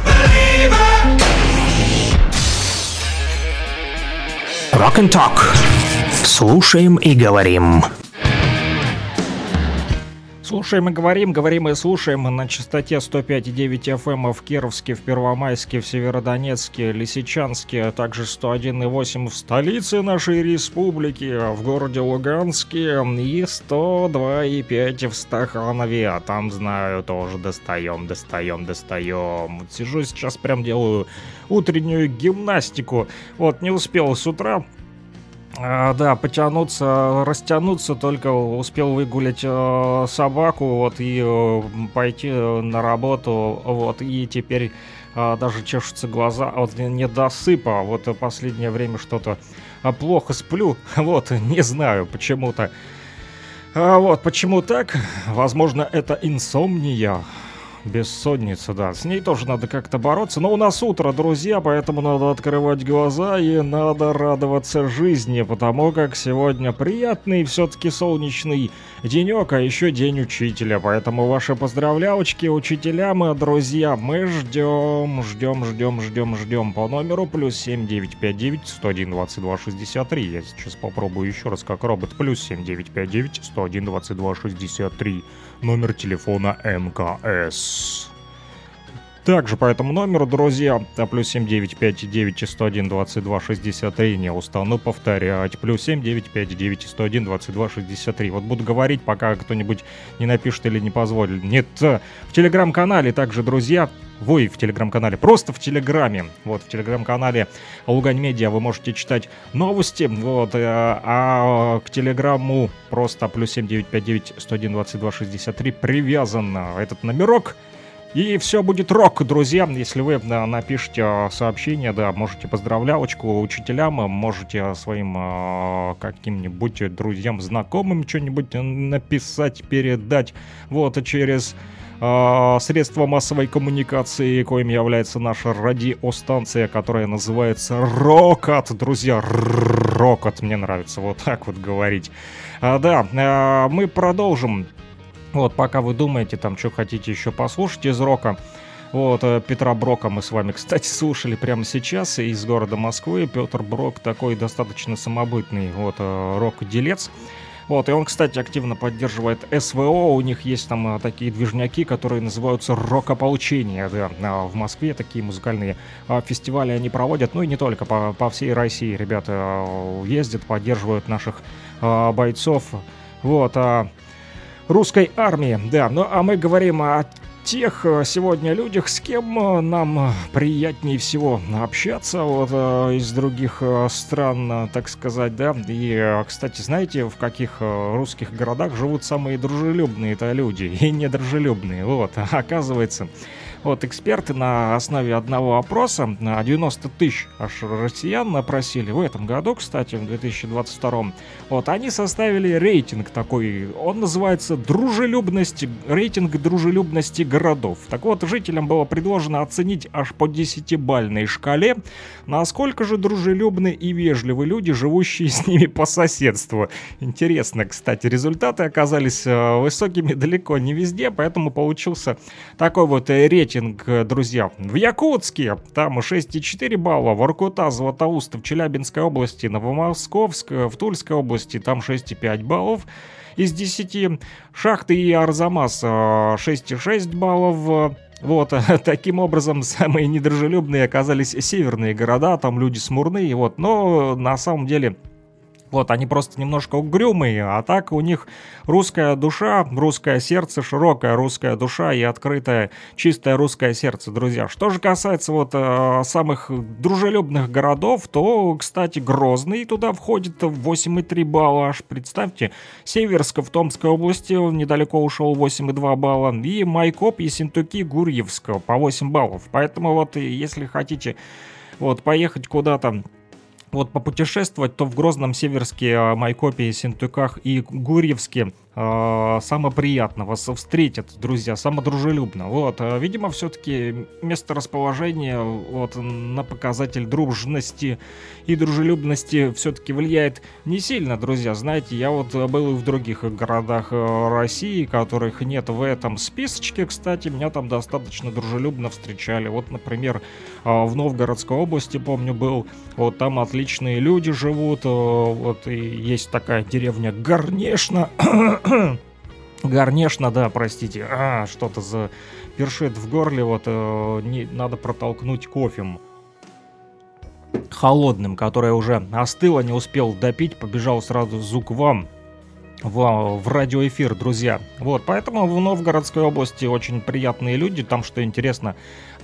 Rock and Talk. Слушаем и говорим. Слушаем и говорим, говорим и слушаем на частоте 105,9 FM в Кировске, в Первомайске, в Северодонецке, Лисичанске, а также 101,8 в столице нашей республики, в городе Луганске и 102,5 в Стаханове. А там, знаю, тоже достаем. Вот сижу сейчас, прям делаю утреннюю гимнастику. Вот, не успел с утра. Да, потянуться, растянуться, только успел выгулять собаку, вот, и пойти на работу, вот, и теперь даже чешутся глаза от недосыпа, вот, последнее время что-то плохо сплю, вот, не знаю, почему-то, вот, почему так, возможно, это инсомния. Бессонница, да, с ней тоже надо как-то бороться, но у нас утро, друзья, поэтому надо открывать глаза и надо радоваться жизни, потому как сегодня приятный, все-таки солнечный денек, а еще день учителя, поэтому ваши поздравлявочки учителям, друзья, мы ждем по номеру +7 959 101 22 63, я сейчас попробую еще раз как робот, +7 959 101 22 63. Номер телефона МКС. Также по этому номеру, друзья, +7 959 101 22 63, не устану повторять, +7 959 101 22 63. Вот буду говорить, пока кто-нибудь не напишет или не позволит. Нет, в телеграм-канале также, друзья, в телеграм-канале, просто в телеграме, вот, в телеграм-канале Лугань Медиа вы можете читать новости, вот, а к телеграмму просто +7 959 101 22 63 привязан этот номерок. И все будет рок, друзья, если вы напишите сообщение, да, можете поздравлялочку учителям, можете своим каким-нибудь друзьям, знакомым что-нибудь написать, передать, вот, через средства массовой коммуникации, коим является наша радиостанция, которая называется Рокот, друзья, Рокот, мне нравится вот так вот говорить. Да, мы продолжим. Вот, пока вы думаете, там, что хотите еще послушать из рока, Вот, Петра Брока мы с вами, кстати, слушали прямо сейчас из города Москвы. Петр Брок такой достаточно самобытный вот рок-делец. Вот, и он, кстати, активно поддерживает СВО, у них есть там такие движняки, которые называются «Рок-ополчение», да, в Москве такие музыкальные фестивали они проводят, ну и не только, по всей России ребята ездят, поддерживают наших бойцов, вот, русской армии, да, ну а мы говорим о тех сегодня людях, с кем нам приятнее всего общаться вот из других стран, так сказать, да. И, кстати, знаете, в каких русских городах живут самые дружелюбные-то люди и недружелюбные? Вот, оказывается, вот эксперты на основе одного опроса, 90 тысяч аж россиян опросили в этом году, кстати, в 2022. Вот, они составили рейтинг такой, он называется рейтинг дружелюбности городов. Так вот, жителям было предложено оценить аж по 10-бальной шкале, насколько же дружелюбны и вежливы люди, живущие с ними по соседству. Интересно, кстати, результаты оказались высокими далеко не везде, поэтому получился такой вот рейтинг, друзья. В Якутске там 6,4 балла, Воркута, Златоуст в Челябинской области, Новомосковск в Тульской области там 6,5 баллов из 10, Шахты и Арзамас 6,6 баллов. Вот, таким образом, самые недружелюбные оказались северные города, там люди смурные, вот, но на самом деле... Вот, они просто немножко угрюмые, а так у них русская душа, русское сердце, широкая русская душа и открытое, чистое русское сердце, друзья. Что же касается вот самых дружелюбных городов, то, кстати, Грозный туда входит в 8,3 балла, аж представьте. Северск в Томской области недалеко ушел 8,2 балла. И Майкоп, Ессентуки, Гурьевск по 8 баллов. Поэтому вот, если хотите вот поехать куда-то, вот попутешествовать, то в Грозном, Северске, Майкопе, Ессентуках и Гурьевске самое приятно вас встретят, друзья, самодружелюбно. Вот, видимо, все-таки месторасположение вот, на показатель дружности и дружелюбности все-таки влияет не сильно, друзья. Знаете, я вот был и в других городах России, которых нет в этом списочке, кстати, меня там достаточно дружелюбно встречали. Вот, например, в Новгородской области, помню, был, вот там отличные люди живут, вот и есть такая деревня Горнешна. Горнешна, да, простите, что-то запершит в горле, вот надо протолкнуть кофем холодным, которое уже остыло, не успел допить, побежал сразу звук вам в радиоэфир, друзья. Вот, поэтому в Новгородской области очень приятные люди, там, что интересно,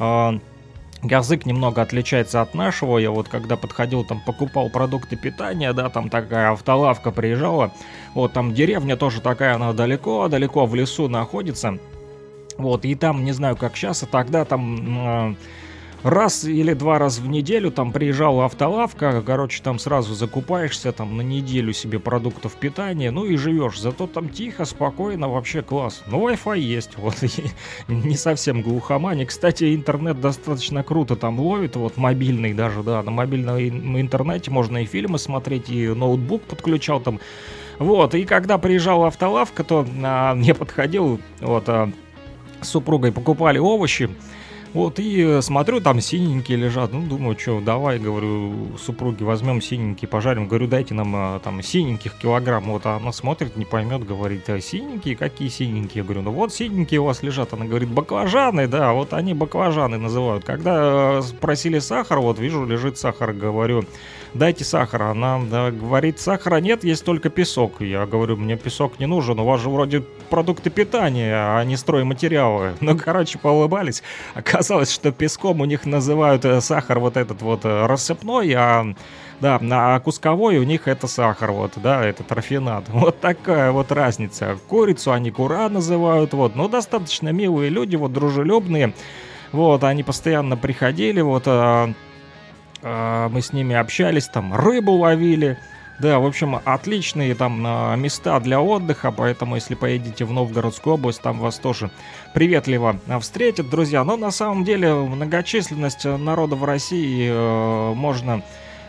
язык немного отличается от нашего. Я вот когда подходил, там покупал продукты питания, да, там такая автолавка приезжала. Вот там деревня тоже такая, она далеко в лесу находится. Вот, и там, не знаю, как сейчас, а тогда там... раз или два раза в неделю там приезжала автолавка, короче, там сразу закупаешься там на неделю себе продуктов питания, ну и живешь. Зато там тихо, спокойно, вообще класс. Ну, Wi-Fi есть, вот, не совсем глухомани. Кстати, интернет достаточно круто там ловит, вот, мобильный даже, да, на мобильном интернете можно и фильмы смотреть, и ноутбук подключал там. Вот, и когда приезжала автолавка, то я подходил, вот, с супругой покупали овощи. Вот, и смотрю, там синенькие лежат. Ну, думаю, что, давай, говорю, супруге возьмем синенькие, пожарим. Говорю, дайте нам там синеньких килограмм. Вот, а она смотрит, не поймет, говорит, синенькие? Какие синенькие? Я говорю, ну вот синенькие у вас лежат. Она говорит, баклажаны, да, вот они баклажаны называют. Когда спросили сахар, вот вижу, лежит сахар, говорю, дайте сахара. Она говорит, сахара нет, есть только песок. Я говорю, мне песок не нужен, у вас же вроде продукты питания, а не стройматериалы. Ну, короче, поулыбались. Оказалось, что песком у них называют сахар вот этот вот рассыпной, а кусковой у них это сахар, вот, да, этот рафинат. Вот такая вот разница. Курицу они кура называют, вот, но достаточно милые люди, вот, дружелюбные. Вот, они постоянно приходили, вот, мы с ними общались, там, рыбу ловили. Да, в общем, отличные там места для отдыха, поэтому если поедете в Новгородскую область, там вас тоже приветливо встретят, друзья. Но на самом деле многочисленность народа в России можно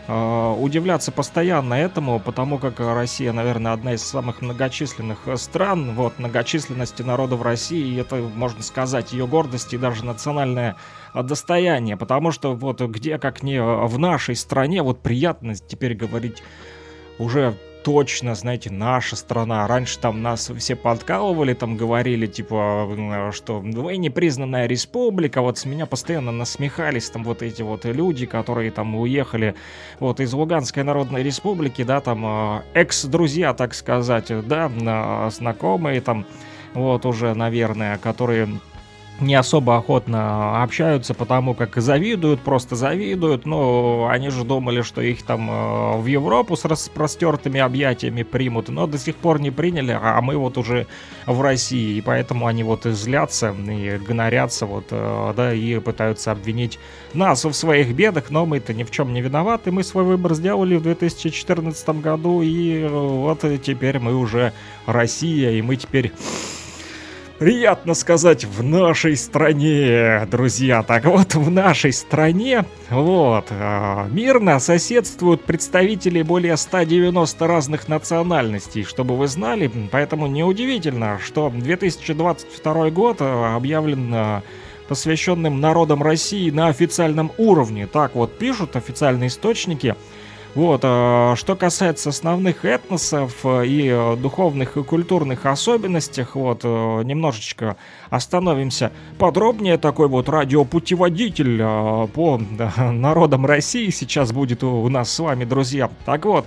удивляться постоянно этому, потому как Россия, наверное, одна из самых многочисленных стран. Вот, многочисленности народа в России, это, можно сказать, ее гордость и даже национальное достояние, потому что вот где, как не в нашей стране, вот приятно теперь говорить уже точно, знаете, наша страна. Раньше там нас все подкалывали, там говорили, типа, что вы непризнанная республика, вот с меня постоянно насмехались там вот эти вот люди, которые там уехали вот из Луганской Народной Республики, да, там экс-друзья, так сказать, да, знакомые там, вот уже, наверное, которые не особо охотно общаются, потому как завидуют, просто завидуют, но они же думали, что их там в Европу с распростертыми объятиями примут, но до сих пор не приняли, а мы вот уже в России, и поэтому они вот злятся и гонорятся, вот, да, и пытаются обвинить нас в своих бедах, но мы-то ни в чем не виноваты, мы свой выбор сделали в 2014 году, и вот теперь мы уже Россия, и мы теперь... Приятно сказать, в нашей стране, друзья. Так вот, в нашей стране, вот, мирно соседствуют представители более 190 разных национальностей, чтобы вы знали. Поэтому неудивительно, что 2022 год объявлен посвященным народам России на официальном уровне. Так вот пишут официальные источники. Вот, что касается основных этносов и духовных и культурных особенностях, вот, немножечко остановимся подробнее. Такой вот радиопутеводитель по народам России сейчас будет у нас с вами, друзья. Так вот,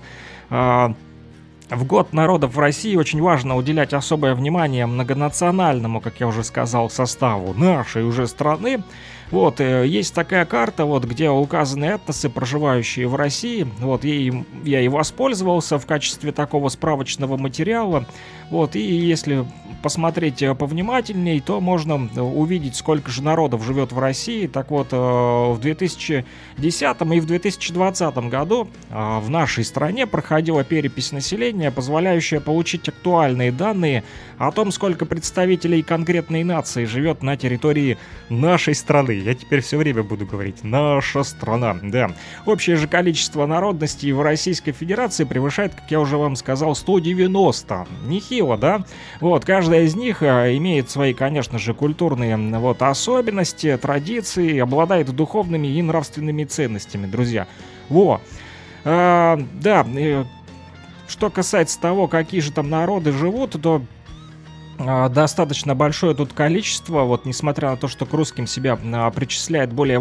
в год народов России очень важно уделять особое внимание многонациональному, как я уже сказал, составу нашей уже страны. Вот, есть такая карта, вот, где указаны этносы, проживающие в России. Вот, я и воспользовался в качестве такого справочного материала. Вот, и если посмотреть повнимательней, то можно увидеть, сколько же народов живет в России. Так вот, в 2010 и в 2020 году в нашей стране проходила перепись населения, позволяющая получить актуальные данные о том, сколько представителей конкретной нации живет на территории нашей страны. Я теперь все время буду говорить «наша страна», да. Общее же количество народностей в Российской Федерации превышает, как я уже вам сказал, 190. Нехило, да? Вот, каждая из них имеет свои, конечно же, культурные вот особенности, традиции, обладает духовными и нравственными ценностями, друзья. Во. Да, что касается того, какие же там народы живут, то достаточно большое тут количество, вот, несмотря на то, что к русским себя причисляет более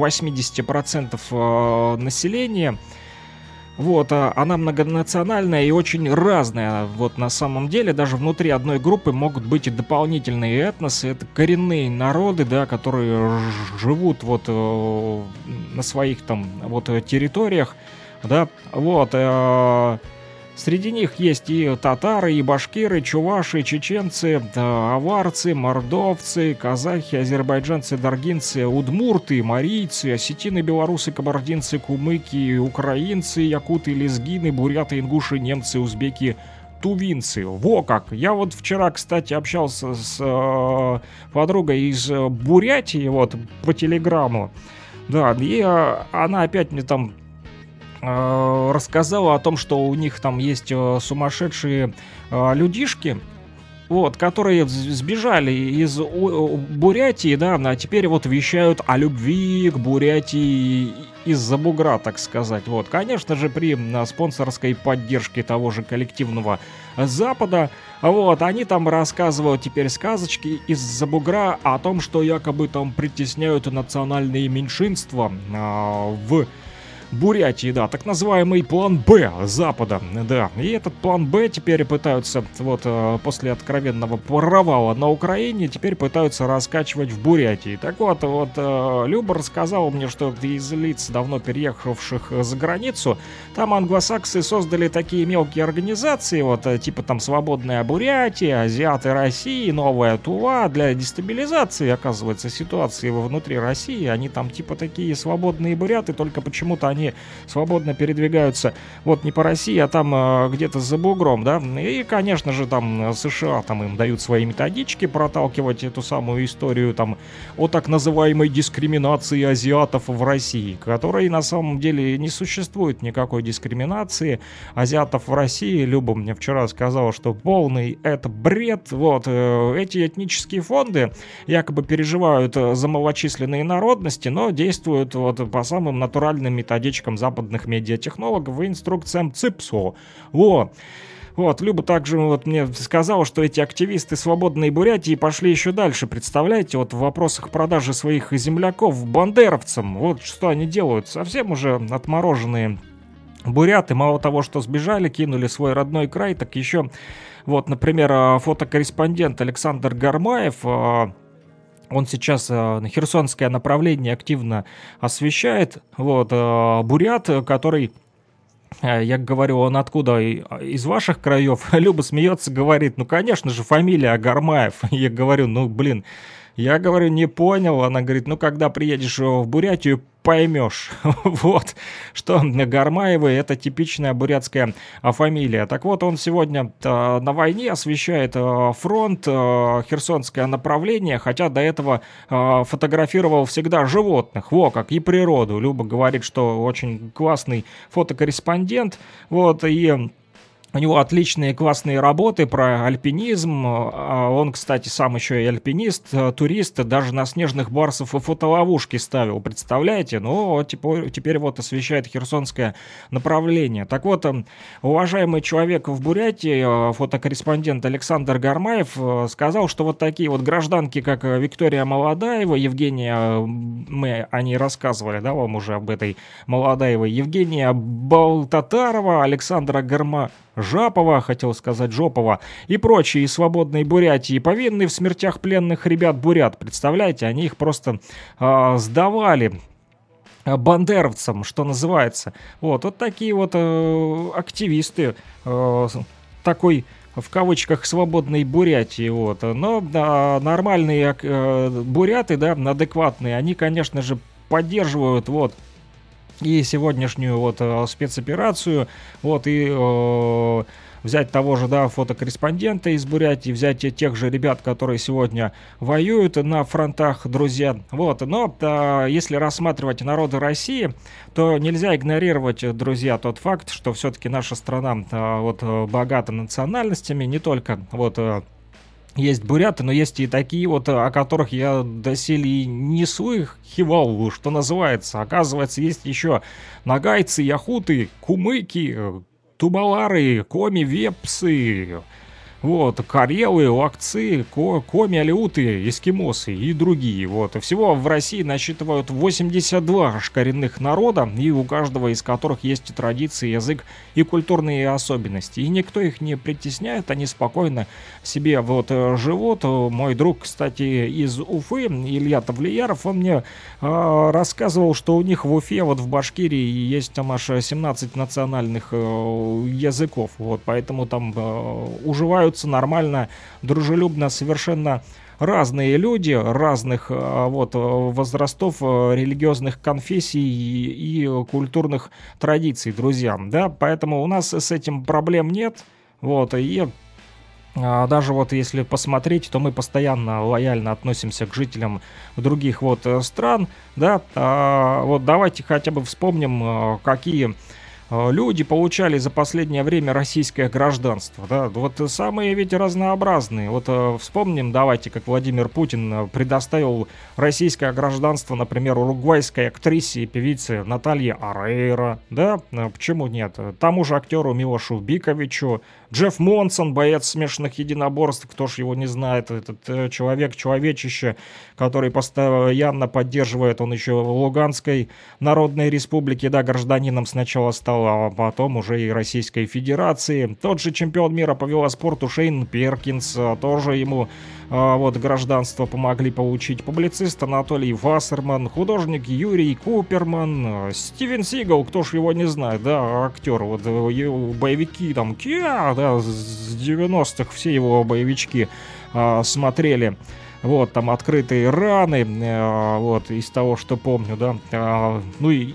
80% населения, вот, она многонациональная и очень разная, вот, на самом деле, даже внутри одной группы могут быть и дополнительные этносы, это коренные народы, да, которые живут вот на своих там вот территориях, да, вот, среди них есть и татары, и башкиры, чуваши, чеченцы, аварцы, мордовцы, казахи, азербайджанцы, даргинцы, удмурты, марийцы, осетины, белорусы, кабардинцы, кумыки, украинцы, якуты, лезгины, буряты, ингуши, немцы, узбеки, тувинцы. Во как! Я вот вчера, кстати, общался с подругой из Бурятии, вот, по телеграмму. Да, и она опять мне там рассказала о том, что у них там есть сумасшедшие людишки, вот, которые сбежали из Бурятии, да, а теперь вот вещают о любви к Бурятии из-за бугра, так сказать. Вот, конечно же, при спонсорской поддержке того же коллективного Запада, вот, они там рассказывают теперь сказочки из-за бугра о том, что якобы там притесняют национальные меньшинства в Бурятии, да, так называемый план Б Запада, да, и этот план Б теперь пытаются, вот, после откровенного провала на Украине, теперь пытаются раскачивать в Бурятии. Так вот, Люба рассказала мне, что из лиц, давно переехавших за границу, там англосаксы создали такие мелкие организации, вот, типа там «Свободная Бурятия», «Азиаты России», «Новая Тува», для дестабилизации, оказывается, ситуации внутри России. Они там типа такие свободные буряты, только почему-то они они свободно передвигаются вот не по России, а там где-то за бугром, да, и, конечно же, там США там им дают свои методички проталкивать эту самую историю там о так называемой дискриминации азиатов в России, которой на самом деле не существует никакой дискриминации азиатов в России. Люба мне вчера сказала, что полный это бред. Вот эти этнические фонды якобы переживают за малочисленные народности, но действуют вот по самым натуральным методичкам западных медиатехнологов и инструкциям ЦИПСО. Вот, Люба также вот мне сказала, что эти активисты свободной Бурятии пошли еще дальше, представляете, вот в вопросах продажи своих земляков бандеровцам. Вот что они делают, совсем уже отмороженные буряты, мало того, что сбежали, кинули свой родной край, так еще, вот, например, фотокорреспондент Александр Гармаев, он сейчас на херсонское направление активно освещает, вот, бурят, который... Я говорю, он откуда? Из ваших краев? Люба смеется, говорит, ну, конечно же, фамилия Гармаев. Я говорю, ну, блин, я говорю, не понял. Она говорит, ну, когда приедешь в Бурятию, поймешь, вот, что Гармаевы — это типичная бурятская фамилия. Так вот, он сегодня на войне освещает фронт, херсонское направление, хотя до этого фотографировал всегда животных, как и природу. Люба говорит, что очень классный фотокорреспондент, вот, и... У него отличные классные работы про альпинизм. Он, кстати, сам еще и альпинист, турист, даже на снежных барсов и фотоловушки ставил, представляете? Ну, теперь вот освещает херсонское направление. Так вот, уважаемый человек в Бурятии, фотокорреспондент Александр Гармаев, сказал, что вот такие вот гражданки, как Виктория Молодаева, Евгения, мы о ней рассказывали, да, вам уже об этой Молодаевой, Евгения Балтатарова, Александра Жапова, хотел сказать Жопова, и прочие из свободной Бурятии повинны в смертях пленных ребят-бурят. Представляете, они их просто сдавали бандеровцам, что называется. Вот такие вот активисты такой, в кавычках, свободной Бурятии. Вот. Но нормальные буряты, да, адекватные, они, конечно же, поддерживают вот и сегодняшнюю вот спецоперацию, вот, и взять того же, да, фотокорреспондента из Бурятии, взять тех же ребят, которые сегодня воюют на фронтах, друзья, вот, но если рассматривать народы России, то нельзя игнорировать, друзья, тот факт, что все-таки наша страна вот богата национальностями, не только вот... Есть буряты, но есть и такие вот, о которых я доселе не слыхивал, что называется. Оказывается, есть еще нагайцы, яхуты, кумыки, тубалары, коми, вепсы, вот, карелы, лакцы, коми, алеуты, эскимосы и другие. Вот. Всего в России насчитывают 82 коренных народа, и у каждого из которых есть и традиции, язык и культурные особенности. И никто их не притесняет, они спокойно себе вот живут. Мой друг, кстати, из Уфы, Илья Тавлияров, он мне рассказывал, что у них в Уфе, вот в Башкирии, есть там аж 17 национальных языков. Вот, поэтому там уживаются нормально, дружелюбно совершенно разные люди, разных вот возрастов, религиозных конфессий и культурных традиций, друзья, да, поэтому у нас с этим проблем нет, вот, и даже вот если посмотреть, то мы постоянно лояльно относимся к жителям других вот стран, да, вот давайте хотя бы вспомним, какие люди получали за последнее время российское гражданство, да, вот самые ведь разнообразные. Вот вспомним, давайте, как Владимир Путин предоставил российское гражданство, например, уругвайской актрисе и певице Наталье Орейро, да, почему нет? Тому же актеру Милошу Биковичу, Джефф Монсон, боец смешанных единоборств, кто ж его не знает, этот человек-человечище, который постоянно поддерживает, он еще в Луганской Народной Республике, да, гражданином сначала стал, а потом уже и Российской Федерации. Тот же чемпион мира по велоспорту Шейн Перкинс, тоже ему вот гражданство помогли получить. Публицист Анатолий Вассерман, художник Юрий Куперман, Стивен Сигал, кто ж его не знает, да, актер, вот боевики там, да, с 90-х все его боевички смотрели. Вот, там «Открытые раны», вот, из того, что помню, да, ну и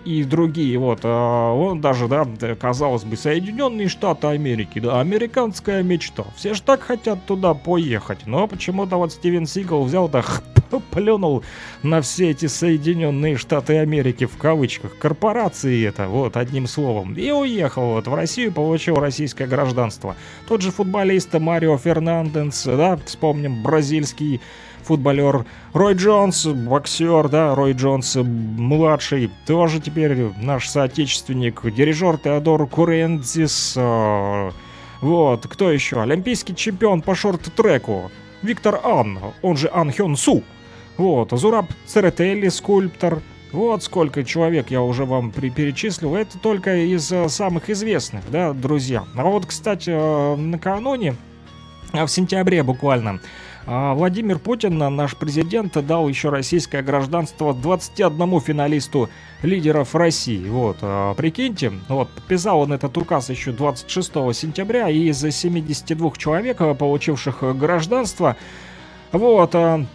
и другие. Вот, он даже, да, казалось бы, Соединенные Штаты Америки, да, американская мечта. Все ж так хотят туда поехать. Но почему-то вот Стивен Сигал взял, да, плюнул на все эти Соединенные Штаты Америки, в кавычках, корпорации это, вот, одним словом. И уехал вот в Россию, получил российское гражданство. Тот же футболист Марио Фернандес, да, вспомним, бразильский футболер. Рой Джонс, боксер, да, Рой Джонс младший, тоже теперь наш соотечественник. Дирижер Теодор Курентис. Вот, кто еще? Олимпийский чемпион по шорт-треку Виктор Ан, он же Ан Хён Су. Вот, Зураб Церетели, скульптор. Вот сколько человек я уже вам перечислил. Это только из самых известных, да, друзья. А вот, кстати, накануне, в сентябре буквально, Владимир Путин, наш президент, дал еще российское гражданство 21 финалисту лидеров России. Вот, прикиньте, вот, подписал он этот указ еще 26 сентября, и из 72 человек, получивших гражданство, вот,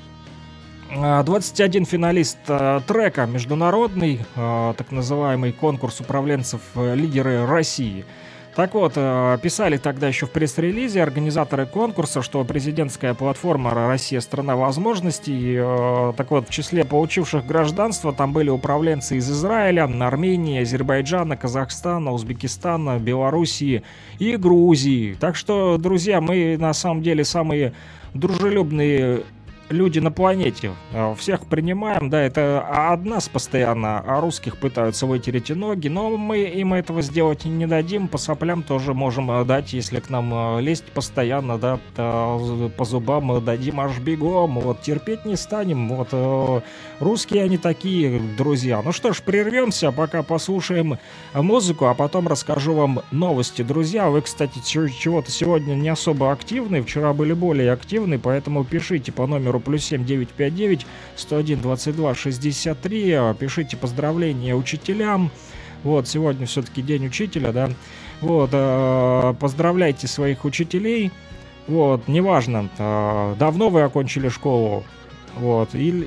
21 финалист трека, международный, так называемый конкурс управленцев лидеры России. Так вот, писали тогда еще в пресс-релизе организаторы конкурса, что президентская платформа «Россия – страна возможностей». Так вот, в числе получивших гражданство там были управленцы из Израиля, Армении, Азербайджана, Казахстана, Узбекистана, Белоруссии и Грузии. Так что, друзья, мы на самом деле самые дружелюбные люди на планете. Всех принимаем, да, это от нас постоянно, а русских пытаются вытереть ноги, но мы им этого сделать не дадим, по соплям тоже можем дать, если к нам лезть постоянно, да, по зубам дадим аж бегом, вот, терпеть не станем, вот, русские они такие, друзья. Ну что ж, прервемся, пока послушаем музыку, а потом расскажу вам новости, друзья. Вы, кстати, чего-то сегодня не особо активны, вчера были более активны, поэтому пишите по номеру +7 959 101 22 63. Пишите поздравления учителям. Вот, сегодня все-таки день учителя, да. Вот, поздравляйте своих учителей. Вот, неважно, давно вы окончили школу, вот, или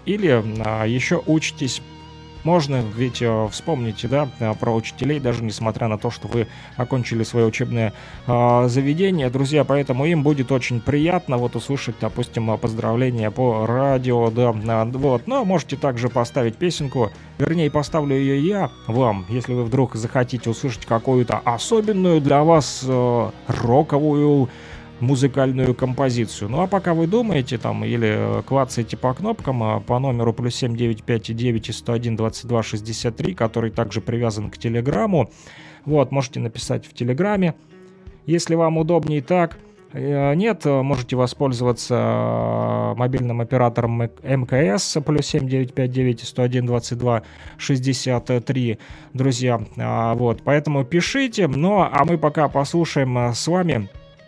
еще учитесь. Можно ведь вспомнить, да, про учителей, даже несмотря на то, что вы окончили свое учебное заведение, друзья, поэтому им будет очень приятно вот услышать, допустим, поздравления по радио, да, вот, но можете также поставить песенку, вернее, поставлю ее я вам, если вы вдруг захотите услышать какую-то особенную для вас роковую музыкальную композицию. Ну а пока вы думаете там или клацаете по кнопкам по номеру +7 959 101 22 63, который также привязан к Телеграму, вот, можете написать в Телеграме, если вам удобнее так. Нет, можете воспользоваться мобильным оператором МКС +7 959 101 22 63, друзья. Вот, поэтому пишите. Ну а мы пока послушаем с вами.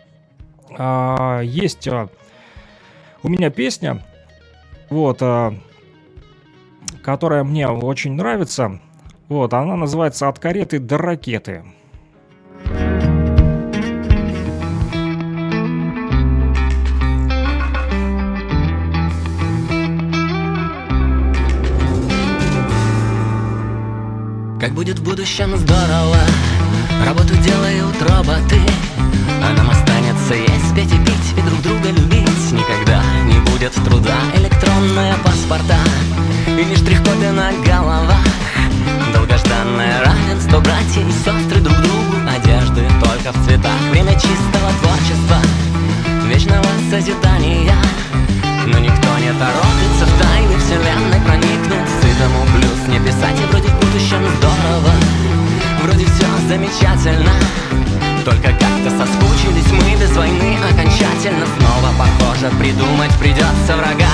Есть у меня песня, вот, которая мне очень нравится. Вот, она называется «От кареты до ракеты». Как будет в будущем здорово, работу делают роботы, а нам останется есть, петь и пить, и друг друга любить. Никогда не будет труда, электронные паспорта или штрих-коды на головах. Долгожданное равенство, братья и сестры друг другу, одежды только в цветах. Время чистого творчества, вечного созидания. Но никто не торопится в тайны вселенной проникнуть. Сытому плюс не писать, и вроде в будущем здорово, вроде все замечательно. Только как-то соскучились мы без войны окончательно. Снова, похоже, придумать придется врага.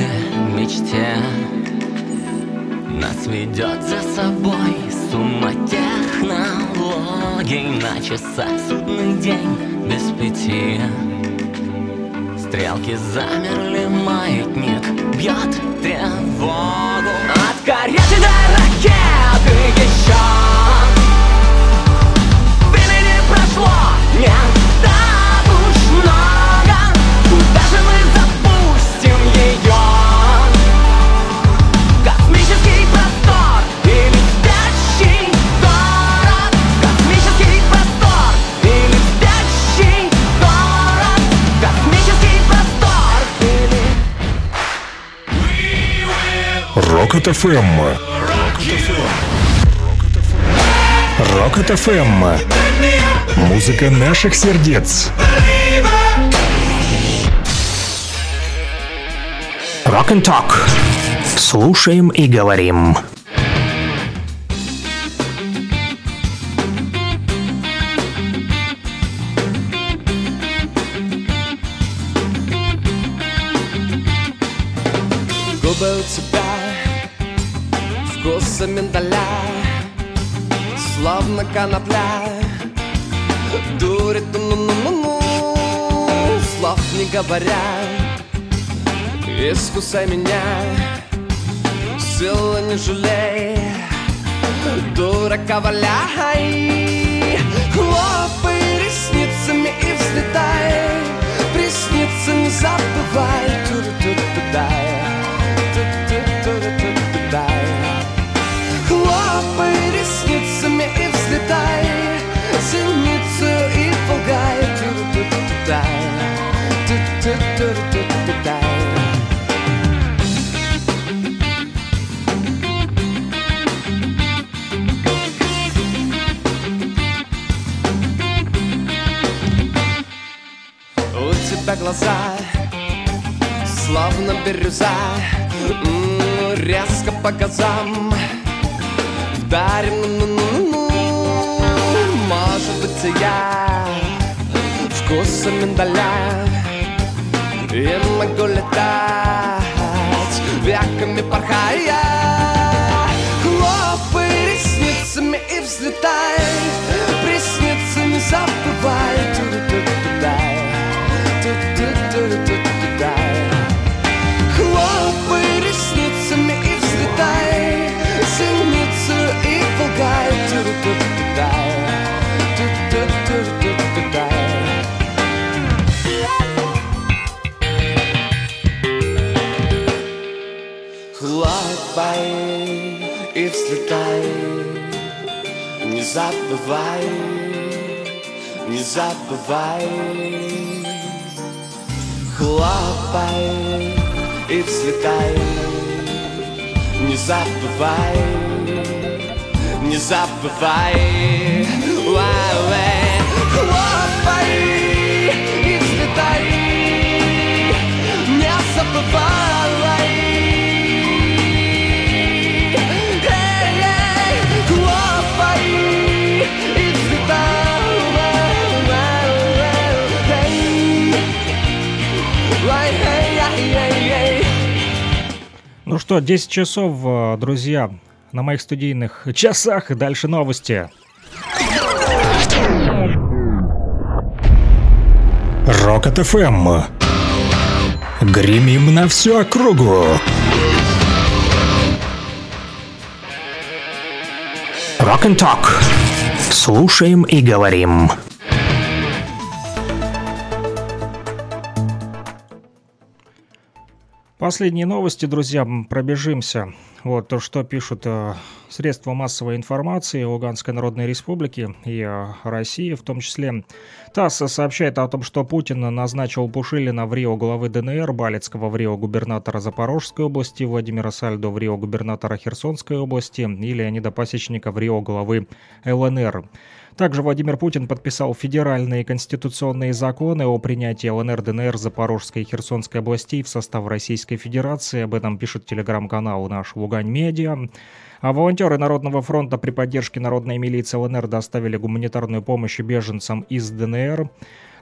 мечте. Нас ведет за собой сумма технологий. На часах судный день без 5. Стрелки замерли, маятник бьет тревогу. От кареты до ракеты еще времени прошло не так уж много. Куда же мы запустим ее? Космический простор или спящий город? Космический простор или спящий город? Космический простор или... Рокет ФМ. Рокет ФМ. Музыка наших сердец. Rock and Talk. Слушаем и говорим. Губы у тебя вкуса миндаля, словно конопля. Дурит, ну-ну-ну-ну, слов не говоря. Искусай меня, силы не жалей, дурака валяй. Хлопай ресницами и взлетай, приснится не забывай. Ту-ру-ту-ту-дай, ту-ту-ту-ту-дай. Хлопай ресницами и взлетай, синицу и полгай. Ту-ру-ту-ту-дай, ту-ту-ту-ту-дай. Глаза, словно бирюза, резко по газам вдарим, ну-ну-ну-ну. Может быть, и я вкуса миндаля и могу летать, веками порхая. Хлопай ресницами и взлетай, приснится не забывай. Ту-ру-ту-ту-дай, хлопай ресницами и взлетай, синицу и полгай. Ту-ру-ту-ту-дай, ту-ту-ту-ту-дай. Хлопай и взлетай, не забывай, не забывай. Хлопай и взлетай, не забывай, не забывай. Хлопай и взлетай, не забывай. Хлопай и взлетай. Ну что, 10 часов, друзья, на моих студийных часах. Дальше новости. Рокет ФМ. Гремим на всю округу. Rock and Talk. Слушаем и говорим. Последние новости, друзья, пробежимся. Вот то, что пишут средства массовой информации Луганской Народной Республики и России, в том числе. ТАСС сообщает о том, что Путин назначил Пушилина в Рио главы ДНР, Балицкого в Рио губернатора Запорожской области, Владимира Сальдо в Рио губернатора Херсонской области и Леонида Пасечника в Рио главы ЛНР. Также Владимир Путин подписал федеральные конституционные законы о принятии ЛНР, ДНР, Запорожской и Херсонской областей в состав Российской Федерации. Об этом пишет телеграм-канал наш Лугань Медиа. А волонтеры Народного фронта при поддержке народной милиции ЛНР доставили гуманитарную помощь беженцам из ДНР.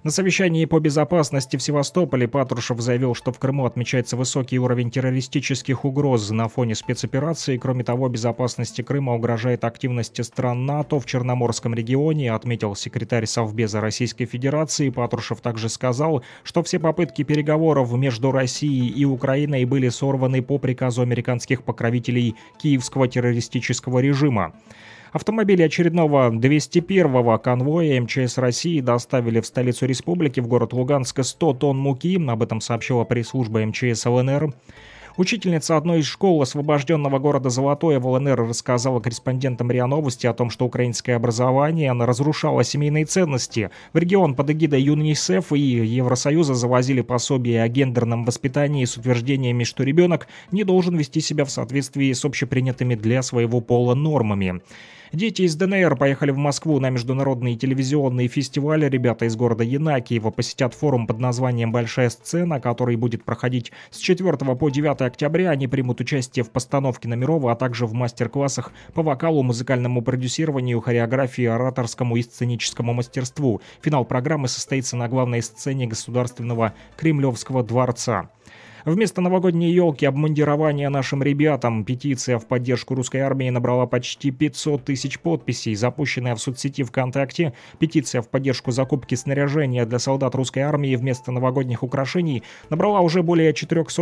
На совещании по безопасности в Севастополе Патрушев заявил, что в Крыму отмечается высокий уровень террористических угроз на фоне спецоперации. Кроме того, безопасности Крыма угрожает активность стран НАТО в Черноморском регионе, отметил секретарь Совбеза Российской Федерации. Патрушев также сказал, что все попытки переговоров между Россией и Украиной были сорваны по приказу американских покровителей киевского террористического режима. Автомобили очередного 201-го конвоя МЧС России доставили в столицу республики, в город Луганск, 100 тонн муки. Об этом сообщила пресс-служба МЧС ЛНР. Учительница одной из школ освобожденного города Золотое в ЛНР рассказала корреспондентам РИА Новости о том, что украинское образование разрушало семейные ценности. В регион под эгидой ЮНИСЕФ и Евросоюза завозили пособие о гендерном воспитании с утверждениями, что ребенок не должен вести себя в соответствии с общепринятыми для своего пола нормами. Дети из ДНР поехали в Москву на международные телевизионные фестивали. Ребята из города Янакиево посетят форум под названием «Большая сцена», который будет проходить с 4 по 9 октября. Они примут участие в постановке номеров, а также в мастер-классах по вокалу, музыкальному продюсированию, хореографии, ораторскому и сценическому мастерству. Финал программы состоится на главной сцене Государственного Кремлевского дворца. Вместо новогодней елки обмундирования нашим ребятам петиция в поддержку русской армии набрала почти 500 тысяч подписей. Запущенная в соцсети ВКонтакте, петиция в поддержку закупки снаряжения для солдат русской армии вместо новогодних украшений набрала уже более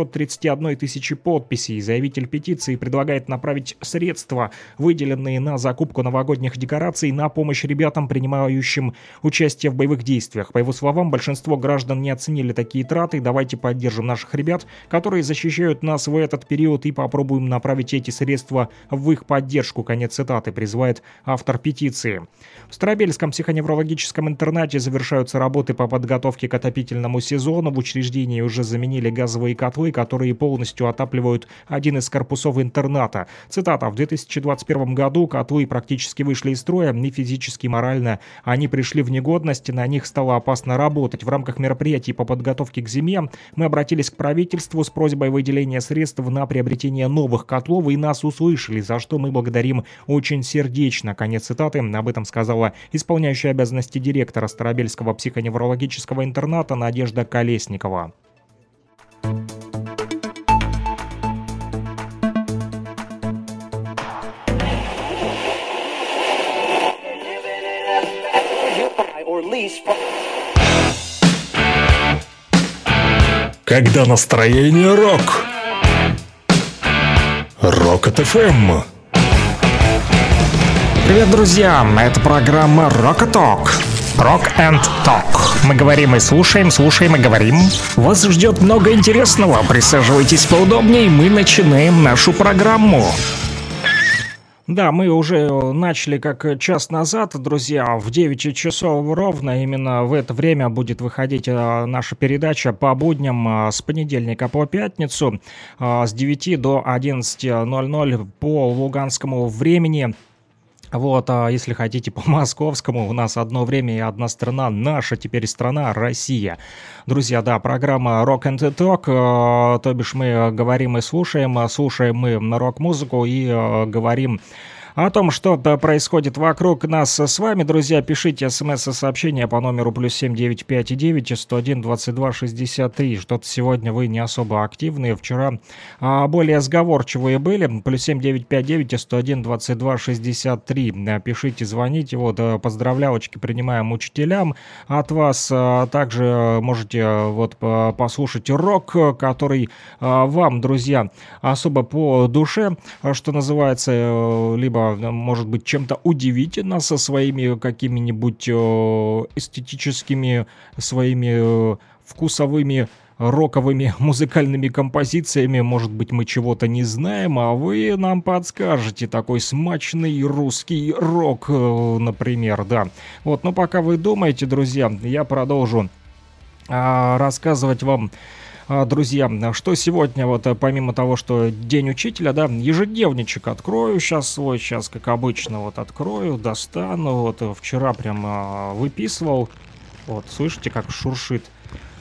431 тысячи подписей. Заявитель петиции предлагает направить средства, выделенные на закупку новогодних декораций, на помощь ребятам, принимающим участие в боевых действиях. По его словам, большинство граждан не оценили такие траты. Давайте поддержим наших ребят, которые защищают нас в этот период, и попробуем направить эти средства в их поддержку. Конец цитаты, призывает автор петиции. В Старобельском психоневрологическом интернате завершаются работы по подготовке к отопительному сезону. В учреждении уже заменили газовые котлы, которые полностью отапливают один из корпусов интерната. Цитата: «В 2021 году котлы практически вышли из строя, и физически, и морально. Они пришли в негодность, и на них стало опасно работать. В рамках мероприятий по подготовке к зиме мы обратились к правительству с просьбой выделения средств на приобретение новых котлов, и нас услышали, за что мы благодарим очень сердечно». Конец цитаты. Об этом сказала исполняющая обязанности директора Старобельского психоневрологического интерната Надежда Колесникова. Когда настроение рок. Рокет ФМ. Привет, друзья! Это программа Rock Talk. Rock and Talk. Мы говорим и слушаем, слушаем и говорим. Вас ждет много интересного. Присаживайтесь поудобнее, мы начинаем нашу программу. Да, мы уже начали как час назад, друзья, в 9 часов ровно. Именно в это время будет выходить наша передача по будням с понедельника по пятницу с 9 до 11:00 по луганскому времени. Вот, а если хотите по московскому, у нас одно время и одна страна, наша теперь страна Россия. Друзья, да, программа Rock and Talk, то бишь мы говорим и слушаем мы на рок-музыку и говорим о том, что происходит вокруг нас с вами. Друзья, пишите смс-сообщения по номеру +7 959 101 22 63. Что-то сегодня вы не особо активные. Вчера более сговорчивые были. +7 959 101 22 63. Пишите, звоните. Вот, поздравлялочки принимаем учителям от вас. Также можете вот послушать рок, который вам, друзья, особо по душе, что называется, либо может быть чем-то удивите нас со своими какими-нибудь эстетическими, своими вкусовыми, роковыми музыкальными композициями. Может быть, мы чего-то не знаем, а вы нам подскажете. Такой смачный русский рок, например, да. Вот, но пока вы думаете, друзья, я продолжу рассказывать вам, друзья, что сегодня, вот помимо того, что День учителя, да, ежедневничек открою сейчас свой, сейчас, как обычно, вот открою, достану, вот вчера прям выписывал, вот, слышите, как шуршит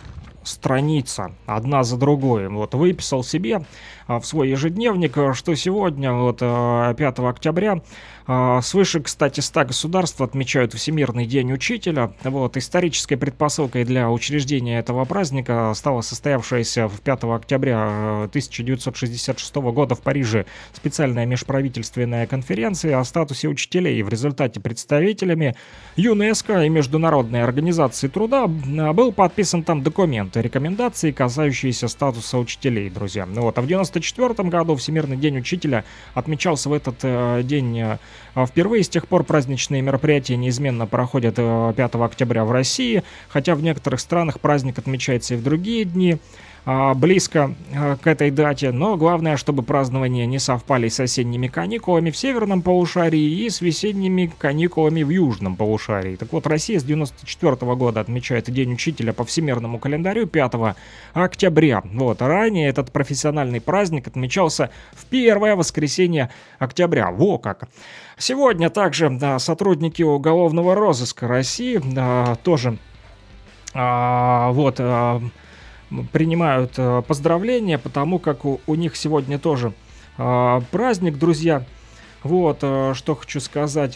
страница, одна за другой. Вот выписал себе в свой ежедневник, что сегодня, вот 5 октября, свыше, кстати, 100 государств отмечают Всемирный день учителя. Вот, исторической предпосылкой для учреждения этого праздника стала состоявшаяся в 5 октября 1966 года в Париже специальная межправительственная конференция о статусе учителей. В результате представителями ЮНЕСКО и Международной организации труда был подписан там документ, рекомендации, касающиеся статуса учителей, друзья. Вот, а в 1994 году Всемирный день учителя отмечался в этот день впервые. С тех пор праздничные мероприятия неизменно проходят 5 октября в России, хотя в некоторых странах праздник отмечается и в другие дни, близко к этой дате, но главное, чтобы празднования не совпали с осенними каникулами в северном полушарии и с весенними каникулами в южном полушарии. Так вот, Россия с 1994 года отмечает День учителя по всемирному календарю 5 октября. Вот, ранее этот профессиональный праздник отмечался в первое воскресенье октября. Во как! Сегодня также сотрудники уголовного розыска России тоже принимают поздравления, потому как у них сегодня тоже праздник, друзья. Вот, что хочу сказать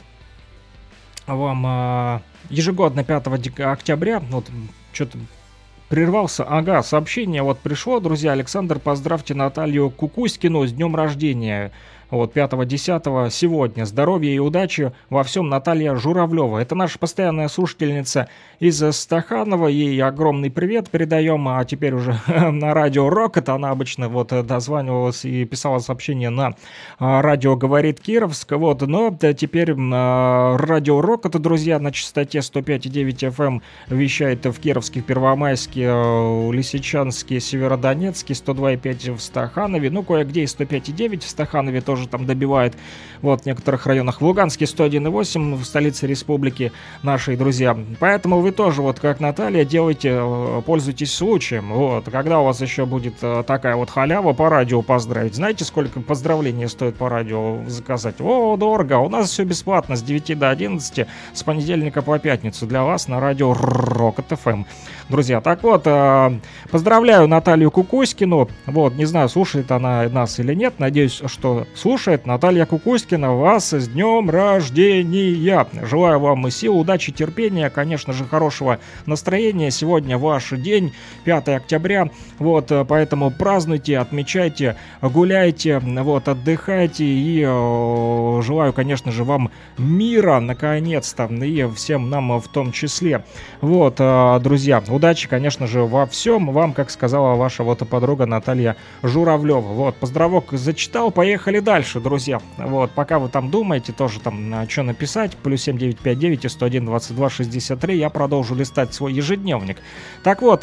вам. Ежегодно 5 октября, вот, что-то прервался, сообщение вот пришло, друзья. Александр, поздравьте Наталью Кукуськину с днем рождения. Вот, 5-10 сегодня. Здоровья и удачи во всем, Наталья Журавлева. Это наша постоянная слушательница из Стаханова. Ей огромный привет передаем. А теперь уже на радио Рокот. Она обычно вот дозванивалась и писала сообщение на радио «Говорит Кировск». Вот, но теперь радио Рокот, друзья, на частоте 105,9 FM вещает в Кировске, Первомайске, Лисичанске, Северодонецке, 102,5 в Стаханове. Ну, кое-где и 105,9 в Стаханове тоже там добивает. Вот, в некоторых районах. В Луганске 101,8 в столице республики нашей, друзья. Поэтому вы тоже, вот как Наталья, делайте, пользуйтесь случаем. Вот, когда у вас еще будет такая вот халява по радио поздравить. Знаете, сколько поздравлений стоит по радио заказать? О, дорого. У нас все бесплатно с 9 до 11, с понедельника по пятницу для вас на радио Рокот FM. Друзья, так вот, поздравляю Наталью Кукуськину. Вот, не знаю, слушает она нас или нет. Надеюсь, что слушает. Наталья Кукуськина, вас с днем рождения. Желаю вам сил, удачи, терпения, конечно же, хорошего настроения. Сегодня ваш день, 5 октября. Вот, поэтому празднуйте, отмечайте, гуляйте, вот, отдыхайте. И желаю, конечно же, вам мира, наконец-то, и всем нам в том числе. Вот, друзья, удачи, конечно же, во всем. Вам, как сказала ваша вот подруга Наталья Журавлева. Вот, поздравок зачитал, поехали дальше, друзья. Вот, пока вы там думаете, тоже там, что написать, +7 959 и 101 22 63, я продолжу листать свой ежедневник. Так вот,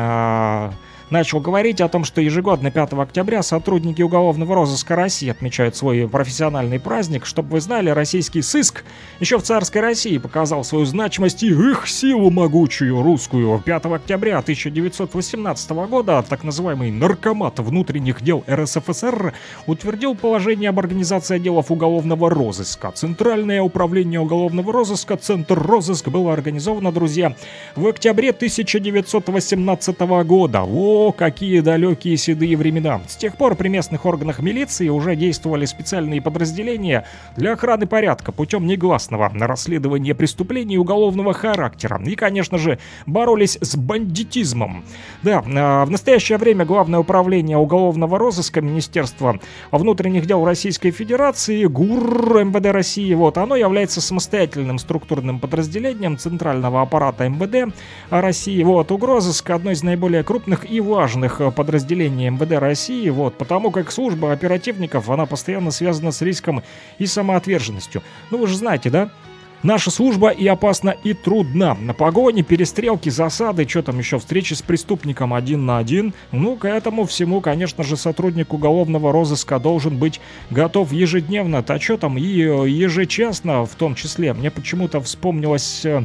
начал говорить о том, что ежегодно 5 октября сотрудники уголовного розыска России отмечают свой профессиональный праздник. Чтобы вы знали, российский сыск еще в царской России показал свою значимость и их силу могучую русскую. 5 октября 1918 года так называемый наркомат внутренних дел РСФСР утвердил положение об организации отделов уголовного розыска. Центральное управление уголовного розыска, Центр розыск, было организовано, друзья, в октябре 1918 года. О, какие далекие седые времена. С тех пор при местных органах милиции уже действовали специальные подразделения для охраны порядка путем негласного расследования преступлений уголовного характера. И, конечно же, боролись с бандитизмом. Да, в настоящее время Главное управление уголовного розыска Министерства внутренних дел Российской Федерации, ГУР МВД России, вот, оно является самостоятельным структурным подразделением центрального аппарата МВД России. Вот, угрозыск — одно из наиболее крупных и важных подразделений МВД России, вот, потому как служба оперативников, она постоянно связана с риском и самоотверженностью. Ну, вы же знаете, да? Наша служба и опасна, и трудна. На погоне, перестрелки, засады, что там еще, встречи с преступником 1 на 1. Ну, к этому всему, конечно же, сотрудник уголовного розыска должен быть готов ежедневно, а что там, и ежечасно в том числе. Мне почему-то вспомнился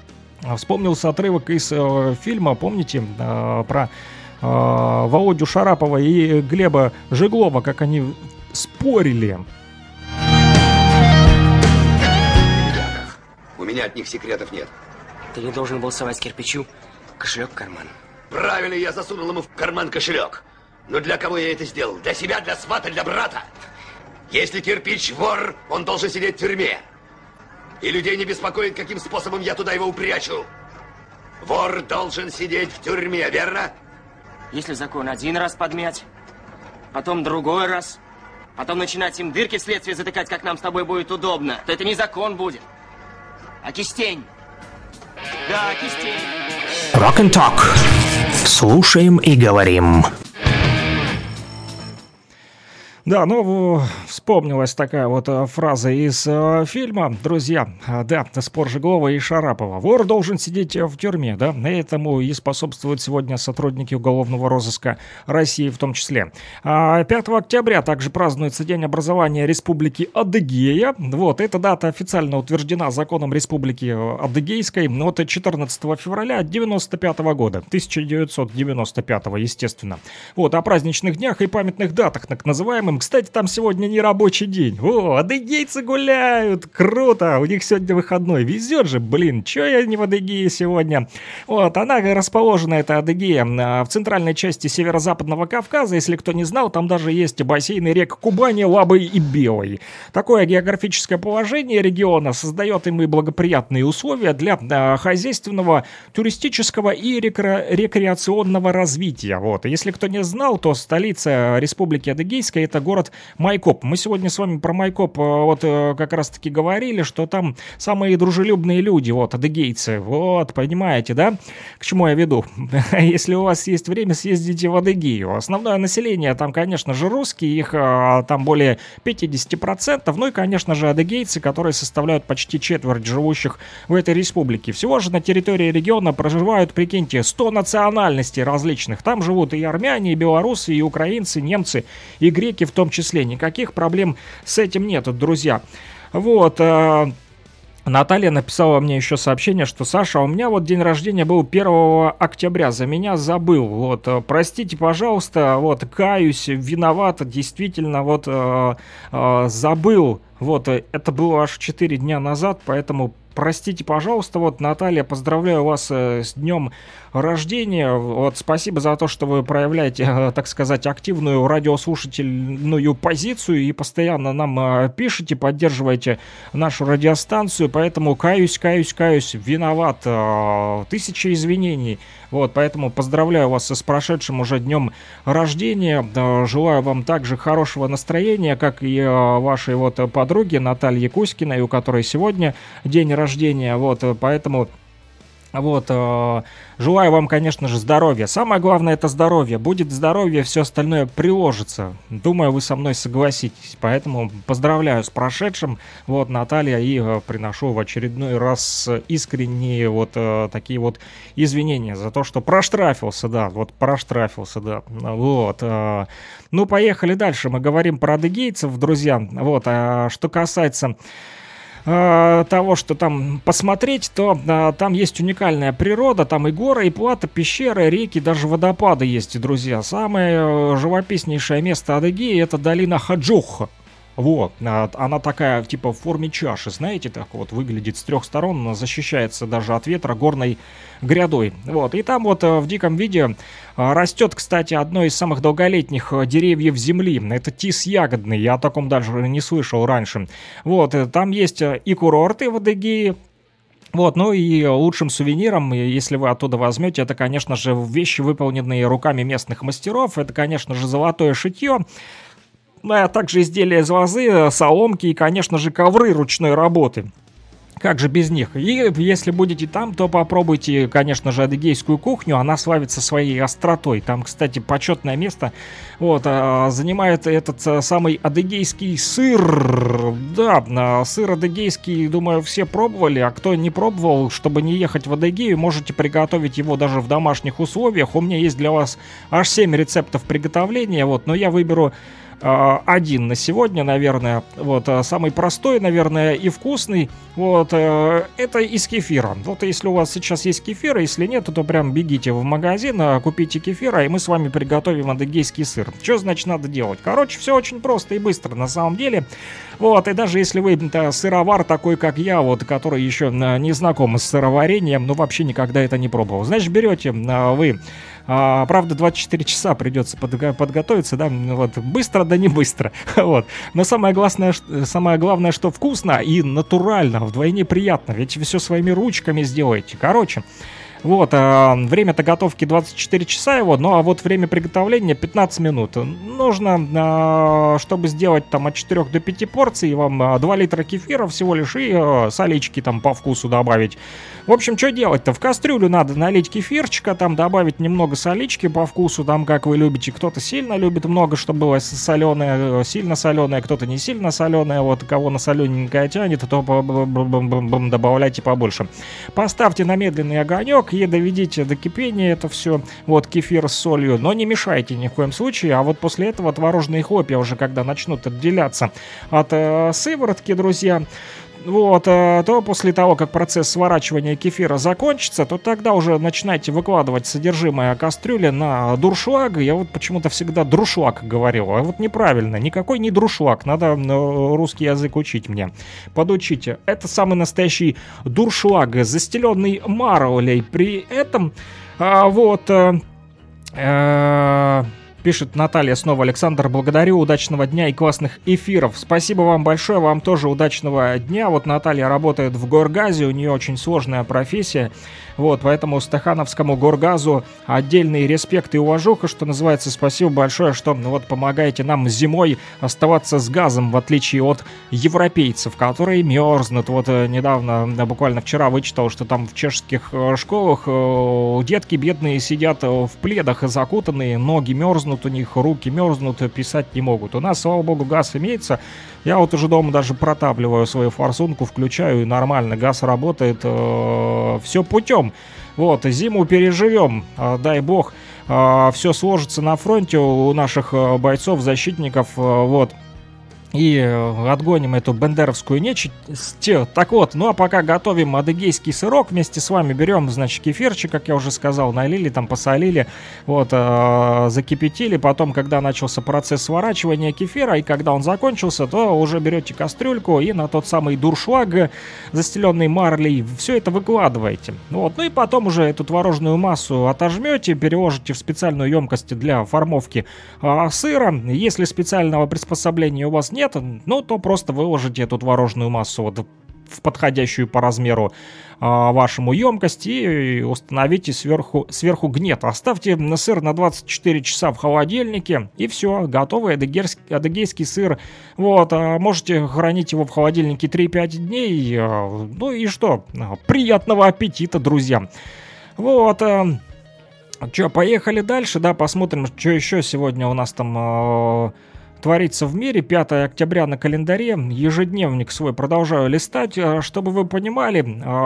отрывок из фильма, помните, про Володю Шарапова и Глеба Жеглова, как они спорили. У меня от них секретов нет. Ты не должен был совать кирпичу кошелек в карман. Правильно, я засунул ему в карман кошелек. Но для кого я это сделал? Для себя, для свата, для брата? Если кирпич вор, он должен сидеть в тюрьме. И людей не беспокоит, каким способом я туда его упрячу. Вор должен сидеть в тюрьме, верно? Если закон один раз подмять, потом другой раз, потом начинать им дырки в следствии затыкать, как нам с тобой будет удобно, то это не закон будет, а кистень. Да, кистень. Rock and Talk. Слушаем и говорим. Да, ну, вспомнилась такая вот фраза из фильма, друзья, да, спор Жеглова и Шарапова. Вор должен сидеть в тюрьме, да, этому и способствуют сегодня сотрудники уголовного розыска России в том числе. 5 октября также празднуется День образования Республики Адыгея. Вот, эта дата официально утверждена законом Республики Адыгейской от 14 февраля 1995 года, 1995, естественно. Вот, о праздничных днях и памятных датах, так называемым. Кстати, там сегодня не рабочий день. О, адыгейцы гуляют, круто, у них сегодня выходной. Везет же, блин, чё я не в Адыгее сегодня? Вот, она расположена, эта Адыгея, в центральной части северо-западного Кавказа. Если кто не знал, там даже есть бассейны рек Кубани, Лабы и Белой. Такое географическое положение региона создает им и благоприятные условия для хозяйственного, туристического и рекреационного развития. Вот, если кто не знал, то столица Республики Адыгейской — это город Майкоп. Мы сегодня с вами про Майкоп вот как раз-таки говорили, что там самые дружелюбные люди, вот, адыгейцы, вот, понимаете, да, к чему я веду? Если у вас есть время, съездите в Адыгею. Основное население там, конечно же, русские, их там более 50%, ну и, конечно же, адыгейцы, которые составляют почти четверть живущих в этой республике. Всего же на территории региона проживают, прикиньте, 100 национальностей различных. Там живут и армяне, и белорусы, и украинцы, немцы, и греки в том числе. Никаких проблем с этим нет, друзья. Вот, Наталья написала мне еще сообщение, что Саша, у меня вот день рождения был 1 октября, за меня забыл, вот, простите, пожалуйста, вот, каюсь, виноват, действительно, вот, забыл, вот, это было аж 4 дня назад, поэтому простите, пожалуйста, вот, Наталья, поздравляю вас с днем рождения, вот, спасибо за то, что вы проявляете, так сказать, активную радиослушательную позицию и постоянно нам пишете, поддерживаете нашу радиостанцию, поэтому каюсь, виноват, 1000 извинений, вот, поэтому поздравляю вас с прошедшим уже днем рождения, желаю вам также хорошего настроения, как и вашей вот подруге Наталье Кузькиной, у которой сегодня день рождения, вот, поэтому... Вот, желаю вам, конечно же, здоровья. Самое главное — это здоровье. Будет здоровье, все остальное приложится. Думаю, вы со мной согласитесь. Поэтому поздравляю с прошедшим, вот, Наталья, и приношу в очередной раз искренние вот такие вот извинения за то, что проштрафился, да, вот проштрафился, да, вот. Ну, поехали дальше. Мы говорим про адыгейцев, друзья. Вот, что касается... того, что там посмотреть, то там есть уникальная природа, там и горы, и плато, пещеры, реки, даже водопады есть, друзья. Самое живописнейшее место Адыгеи — это долина Хаджух. Вот, она такая, типа, в форме чаши, знаете, так вот выглядит с 3 сторон, защищается даже от ветра горной грядой. Вот, и там вот в диком виде растет, кстати, одно из самых долголетних деревьев земли. Это тис ягодный, я о таком даже не слышал раньше. Вот, там есть и курорты в Адыгее. Вот, ну и лучшим сувениром, если вы оттуда возьмете, это, конечно же, вещи, выполненные руками местных мастеров. Это, конечно же, золотое шитье. А также изделия из лозы, соломки и, конечно же, ковры ручной работы. Как же без них? И если будете там, то попробуйте, конечно же, адыгейскую кухню. Она славится своей остротой. Там, кстати, почетное место вот, занимает этот самый адыгейский сыр. Да, сыр адыгейский, думаю, все пробовали. А кто не пробовал, чтобы не ехать в Адыгею, можете приготовить его даже в домашних условиях. У меня есть для вас аж 7 рецептов приготовления. Вот, но я выберу один на сегодня, наверное, вот, самый простой, наверное, и вкусный, вот, это из кефира. Вот, если у вас сейчас есть кефир, если нет, то прям бегите в магазин, купите кефира, и мы с вами приготовим адыгейский сыр. Что, значит, надо делать? Короче, все очень просто и быстро, на самом деле. Вот, и даже если вы сыровар такой, как я, вот, который еще не знаком с сыроварением, ну, вообще никогда это не пробовал, значит, берете вы Правда, 24 часа придется подготовиться, да, вот, быстро, да не быстро, вот. Но самое главное, что вкусно и натурально, вдвойне приятно, ведь вы все своими ручками сделаете. Короче, вот, время-то готовки 24 часа его, ну а вот время приготовления 15 минут. Нужно, чтобы сделать там от 4 до 5 порций, вам 2 литра кефира всего лишь и солички там по вкусу добавить. В общем, что делать-то? В кастрюлю надо налить кефирчика, там добавить немного солички по вкусу, там как вы любите. Кто-то сильно любит много, чтобы было соленое, сильно соленое, кто-то не сильно соленое. Вот кого на солененькое тянет, то добавляйте побольше. Поставьте на медленный огонек и доведите до кипения это все, вот кефир с солью, но не мешайте ни в коем случае. А вот после этого творожные хлопья уже когда начнут отделяться от сыворотки, друзья, вот, то после того, как процесс сворачивания кефира закончится, то тогда уже начинайте выкладывать содержимое кастрюли на дуршлаг. Я вот почему-то всегда друшлаг говорил, а вот неправильно, никакой не друшлаг, надо русский язык учить мне. Подучите, это самый настоящий дуршлаг, застеленный маролей. При этом, пишет Наталья снова: Александр, благодарю, удачного дня и классных эфиров. Спасибо вам большое, вам тоже удачного дня. Вот Наталья работает в горгазе, у нее очень сложная профессия. Вот, поэтому Стахановскому горгазу отдельный респект и уважуха, что называется. Спасибо большое, что вот помогаете нам зимой оставаться с газом, в отличие от европейцев, которые мерзнут. Вот недавно, буквально вчера вычитал, что там в чешских школах детки бедные сидят в пледах закутанные, ноги мерзнут у них, руки мерзнут, писать не могут. У нас, слава богу, газ имеется. Я вот уже дома даже протапливаю свою форсунку, включаю, и нормально, газ работает, все путем. Вот, зиму переживем, дай бог, все сложится на фронте у наших бойцов, защитников, вот. И отгоним эту бендеровскую нечисть. Так вот, ну а пока готовим адыгейский сырок, вместе с вами берем, значит, кефирчик, как я уже сказал, налили, там посолили, вот, закипятили. Потом, когда начался процесс сворачивания кефира, и когда он закончился, то уже берете кастрюльку и на тот самый дуршлаг, застеленный марлей, все это выкладываете. Вот, ну и потом уже эту творожную массу отожмете, переложите в специальную емкость для формовки сыра. Если специального приспособления у вас нет, ну, то просто выложите эту творожную массу вот в подходящую по размеру вашему емкость и установите сверху гнет. Оставьте сыр на 24 часа в холодильнике, и все, готовый адыгейский сыр. Вот, можете хранить его в холодильнике 3-5 дней. Ну и что? Приятного аппетита, друзья. Вот. Что, поехали дальше, да, посмотрим, что еще сегодня у нас там творится в мире. 5 октября на календаре, ежедневник свой продолжаю листать. Чтобы вы понимали,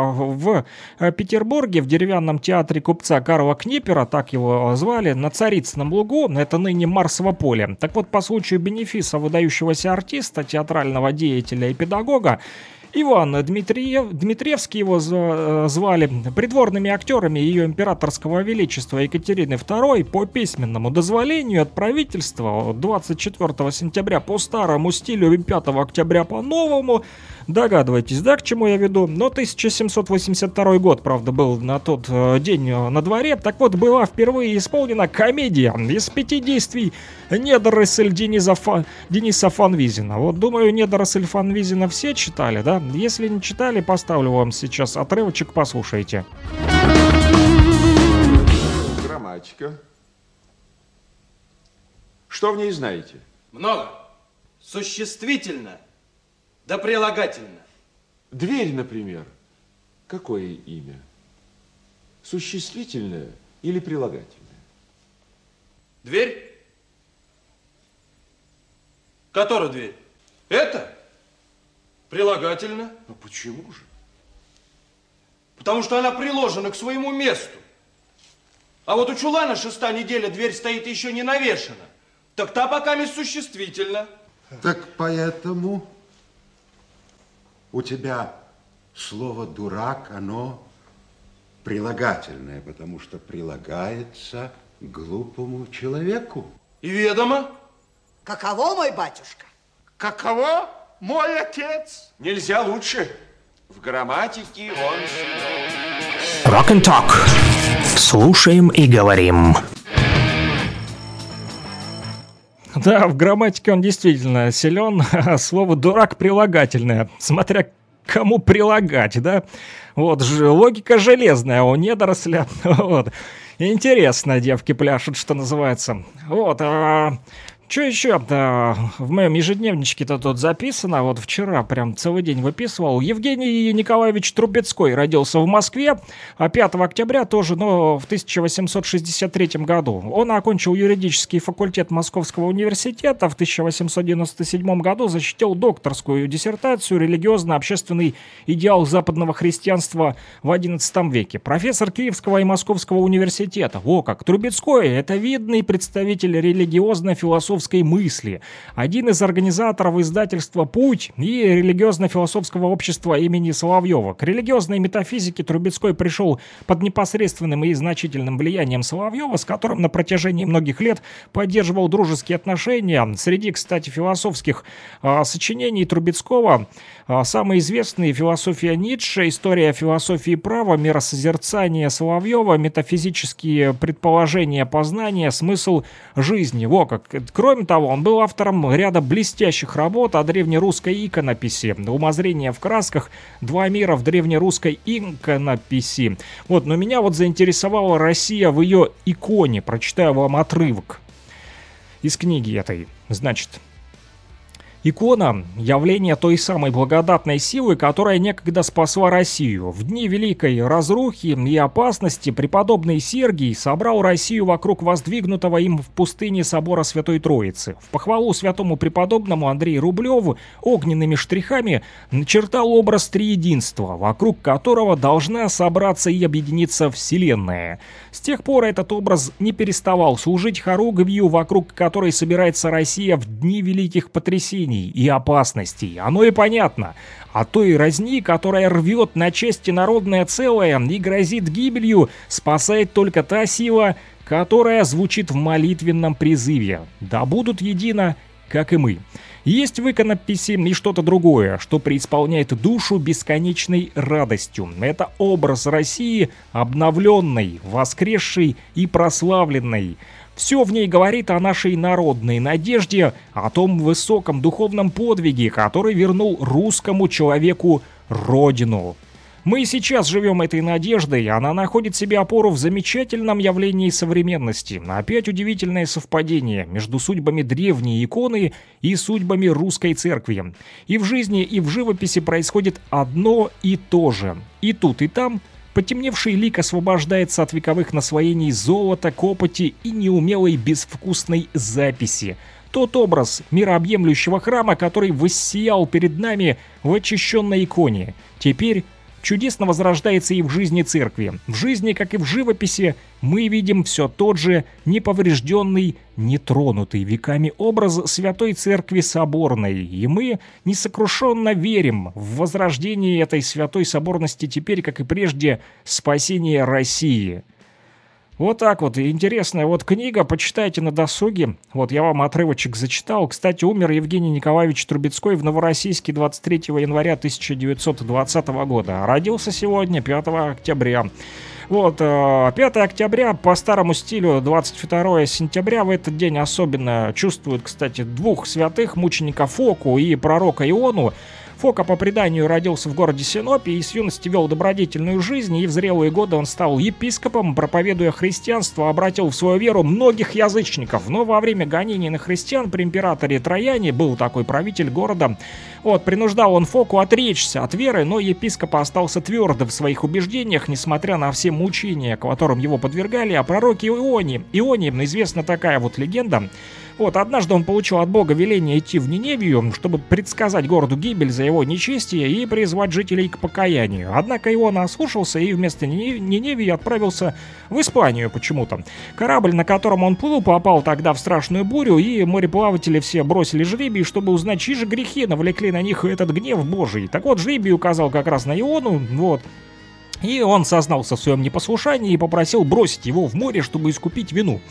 в Петербурге в деревянном театре купца Карла Книпера, так его звали, на Царицыном лугу, это ныне Марсово поле. Так вот, по случаю бенефиса выдающегося артиста, театрального деятеля и педагога Иван Дмитриевский его звали, придворными актерами ее императорского величества Екатерины II по письменному дозволению от правительства 24 сентября по старому стилю и 5 октября по новому. Догадываетесь, да, к чему я веду? Но 1782 год, правда, был на тот день на дворе. Так вот, была впервые исполнена комедия из 5 действий «Недоросль» Дениса Фанвизина. Вот, думаю, «Недоросль» Фанвизина все читали, да? Если не читали, поставлю вам сейчас отрывочек, послушайте. Грамматика. Что в ней знаете? Много. Существительно. Да прилагательно. Дверь, например. Какое имя? Существительное или прилагательное? Дверь? Которая дверь? Это? Прилагательно. Но почему же? Потому что она приложена к своему месту. А вот у чулана 6-я неделя дверь стоит еще не навешена. Так та пока не существительно. Так поэтому у тебя слово «дурак», оно прилагательное, потому что прилагается к глупому человеку. И ведомо. Каково, мой батюшка? Каково, мой отец? Нельзя лучше. В грамматике он силен. Rock and Talk. Слушаем и говорим. Да, в грамматике он действительно силен. Слово «дурак» прилагательное. Смотря кому прилагать, да? Вот, логика железная у недоросля. Вот. Интересно, девки пляшут, что называется. Вот, что еще в моем ежедневничке-то тут записано? Вот вчера прям целый день выписывал. Евгений Николаевич Трубецкой родился в Москве 5 октября тоже, но в 1863 году. Он окончил юридический факультет Московского университета. В 1897 году защитил докторскую диссертацию «Религиозно-общественный идеал западного христианства в XI веке». Профессор Киевского и Московского университета. О как! Трубецкой – это видный представитель религиозно-философской мысли. Один из организаторов издательства «Путь» и религиозно-философского общества имени Соловьева. К религиозной метафизике Трубецкой пришел под непосредственным и значительным влиянием Соловьева, с которым на протяжении многих лет поддерживал дружеские отношения. Среди, кстати, философских сочинений Трубецкого самые известные «Философия Ницше», «История философии права», «Миросозерцание» Соловьева, «Метафизические предположения познания», «Смысл жизни». Во как! Кроме того, он был автором ряда блестящих работ о древнерусской иконописи. «Умозрение в красках», «Два мира в древнерусской иконописи». Вот, но меня вот заинтересовала Россия в ее иконе. Прочитаю вам отрывок из книги этой. Значит, икона – явление той самой благодатной силы, которая некогда спасла Россию. В дни великой разрухи и опасности преподобный Сергий собрал Россию вокруг воздвигнутого им в пустыне собора Святой Троицы. В похвалу святому преподобному Андрей Рублев огненными штрихами начертал образ триединства, вокруг которого должна собраться и объединиться Вселенная. С тех пор этот образ не переставал служить хоругвью, вокруг которой собирается Россия в дни великих потрясений и опасностей. Оно и понятно. А той разни, которая рвет на части народное целое и грозит гибелью, спасает только та сила, которая звучит в молитвенном призыве. Да будут едино, как и мы. Есть в иконописи и что-то другое, что преисполняет душу бесконечной радостью. Это образ России, обновленной, воскресшей и прославленной. Все в ней говорит о нашей народной надежде, о том высоком духовном подвиге, который вернул русскому человеку родину. Мы и сейчас живем этой надеждой, она находит себе опору в замечательном явлении современности. Опять удивительное совпадение между судьбами древней иконы и судьбами русской церкви. И в жизни, и в живописи происходит одно и то же. И тут, и там потемневший лик освобождается от вековых наслоений золота, копоти и неумелой безвкусной записи. Тот образ мирообъемлющего храма, который воссиял перед нами в очищенной иконе, теперь чудесно возрождается и в жизни церкви. В жизни, как и в живописи, мы видим все тот же неповрежденный, нетронутый веками образ Святой Церкви Соборной. И мы несокрушенно верим в возрождение этой святой соборности теперь, как и прежде, спасение России. Вот так вот. Интересная вот книга, почитайте на досуге. Вот я вам отрывочек зачитал. Кстати, умер Евгений Николаевич Трубецкой в Новороссийске 23 января 1920 года. Родился сегодня 5 октября. Вот, 5 октября по старому стилю, 22 сентября, в этот день особенно чувствуют, кстати, двух святых, мученика Фоку и пророка Иону. Фока, по преданию, родился в городе Синопе и с юности вел добродетельную жизнь, и в зрелые годы он стал епископом, проповедуя христианство, обратил в свою веру многих язычников. Но во время гонений на христиан при императоре Трояне, был такой правитель города, вот, принуждал он Фоку отречься от веры, но епископ остался твердо в своих убеждениях, несмотря на все мучения, которым его подвергали. О пророке Ионе известна такая вот легенда. Вот, однажды он получил от Бога веление идти в Ниневию, чтобы предсказать городу гибель за его нечестие и призвать жителей к покаянию. Однако Иона ослушался и вместо Ниневии отправился в Испанию почему-то. Корабль, на котором он плыл, попал тогда в страшную бурю, и мореплаватели все бросили жребий, чтобы узнать, чьи же грехи навлекли на них этот гнев Божий. Так вот, жребий указал как раз на Иону, вот. И он сознался в своем непослушании и попросил бросить его в море, чтобы искупить вину.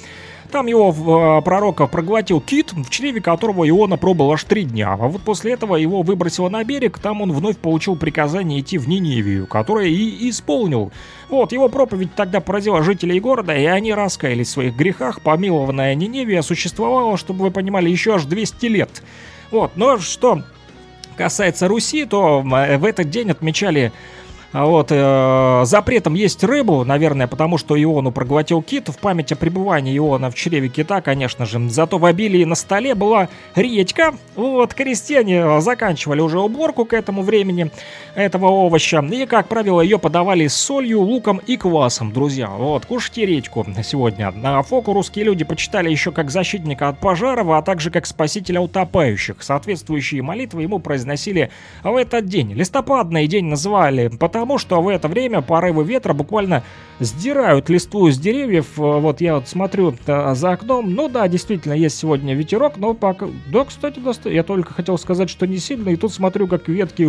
Там его пророка проглотил кит, в чреве которого Иона пробыл аж 3 дня. А вот после этого его выбросило на берег, там он вновь получил приказание идти в Ниневию, которое и исполнил. Вот, его проповедь тогда поразила жителей города, и они раскаялись в своих грехах. Помилованная Ниневия существовала, чтобы вы понимали, еще аж 200 лет. Вот, но что касается Руси, то в этот день отмечали запретом есть рыбу, наверное, потому что Иону проглотил кит. В память о пребывании Иона в чреве кита, конечно же. Зато в обилии на столе была редька. Вот, крестьяне заканчивали уже уборку к этому времени этого овоща. И, как правило, ее подавали с солью, луком и квасом, друзья. Вот, кушайте редьку сегодня. А Фоку русские люди почитали еще как защитника от пожаров, а также как спасителя утопающих. Соответствующие молитвы ему произносили в этот день. Листопадный день называли потому, что в это время порывы ветра буквально сдирают листву с деревьев. Вот я вот смотрю за окном. Ну да, действительно, есть сегодня ветерок, но пока... Да, кстати, я только хотел сказать, что не сильно, и тут смотрю, как ветки...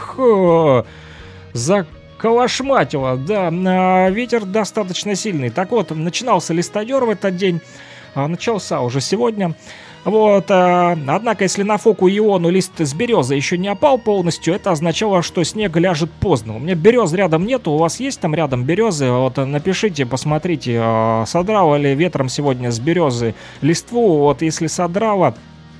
заколошматило. Да, ветер достаточно сильный. Так вот, начинался листодер в этот день. Начался уже сегодня. Вот, однако, если на Фоку и Иону лист с березы еще не опал полностью, это означало, что снег ляжет поздно. У меня берез рядом нету, у вас есть там рядом березы? Вот напишите, посмотрите, содрало ли ветром сегодня с березы листву. Вот, если содрало,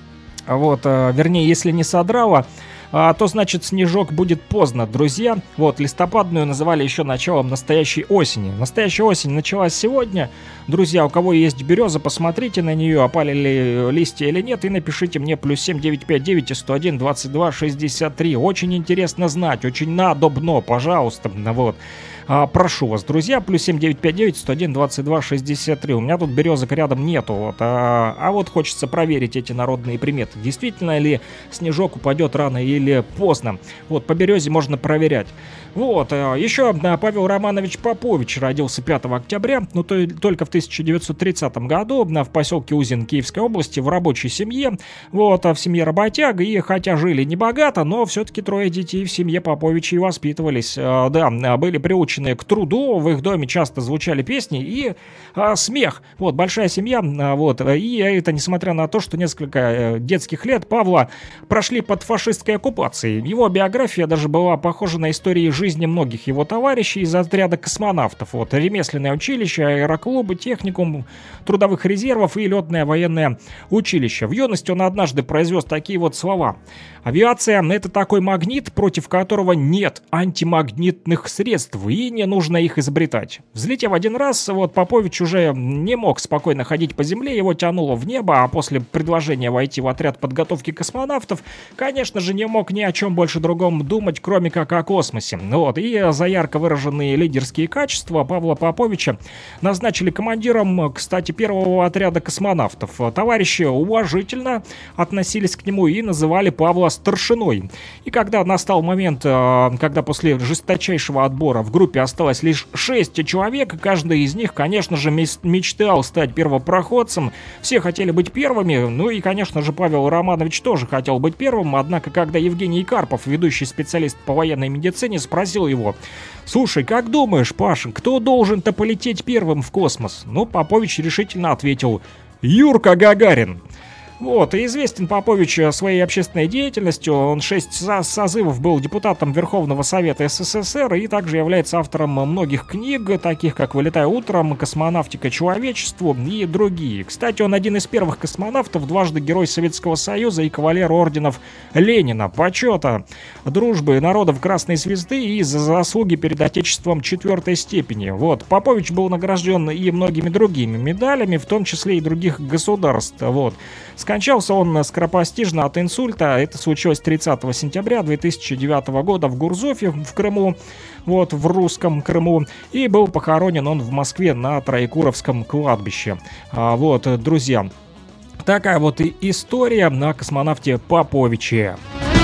вот, вернее, если не содрало, то значит снежок будет поздно, друзья. Вот, листопадную называли еще началом настоящей осени. Настоящая осень началась сегодня. Друзья, у кого есть береза, посмотрите на нее, опали ли листья или нет, и напишите мне +7 959 101 22 63. Очень интересно знать, очень надобно, пожалуйста, вот. Прошу вас, друзья, +7 959 101 22 63. У меня тут березок рядом нету, вот, а вот хочется проверить эти народные приметы. Действительно ли снежок упадет рано или поздно? Вот, по березе можно проверять. Вот, еще Павел Романович Попович родился 5 октября, но только в 1930 году в поселке Узин Киевской области в рабочей семье, вот, в семье работяг, и хотя жили не богато, но все-таки 3 детей в семье Поповичей воспитывались, да, были приучены к труду, в их доме часто звучали песни и смех, вот, большая семья, вот, и это несмотря на то, что несколько детских лет Павла прошли под фашистской оккупацией. Его биография даже была похожа на истории жизни многих его товарищей из отряда космонавтов. Вот, ремесленное училище, аэроклубы, техникум трудовых резервов и летное военное училище. В юности он однажды произвез такие вот слова. Авиация — это такой магнит, против которого нет антимагнитных средств, и не нужно их изобретать. Взлетев один раз, вот, Попович уже не мог спокойно ходить по земле, его тянуло в небо, а после предложения войти в отряд подготовки космонавтов, конечно же, не мог ни о чем больше другом думать, кроме как о космосе. Вот, и за ярко выраженные лидерские качества Павла Поповича назначили командиром, кстати, первого отряда космонавтов. Товарищи уважительно относились к нему и называли Павла старшиной. И когда настал момент, когда после жесточайшего отбора в группе осталось лишь 6 человек, каждый из них, конечно же, мечтал стать первопроходцем. Все хотели быть первыми, ну и, конечно же, Павел Романович тоже хотел быть первым, однако, когда Евгений Карпов, ведущий специалист по военной медицине, спросил его: «Слушай, как думаешь, Паша, кто должен-то полететь первым в космос?» Ну, Попович решительно ответил: «Юрка Гагарин». Вот, и известен Попович своей общественной деятельностью. Он 6 созывов был депутатом Верховного Совета СССР и также является автором многих книг, таких как «Вылетай утром», «Космонавтика человечеству» и другие. Кстати, он один из первых космонавтов, дважды Герой Советского Союза и кавалер орденов Ленина, почета, дружбы народов Красной Звезды и за заслуги перед Отечеством 4 степени. Вот, Попович был награжден и многими другими медалями, в том числе и других государств. Вот. Скончался он скоропостижно от инсульта. Это случилось 30 сентября 2009 года в Гурзуфе в Крыму, вот, в русском Крыму. И был похоронен он в Москве на Троекуровском кладбище. Вот, друзья, такая вот и история на космонавте Поповиче.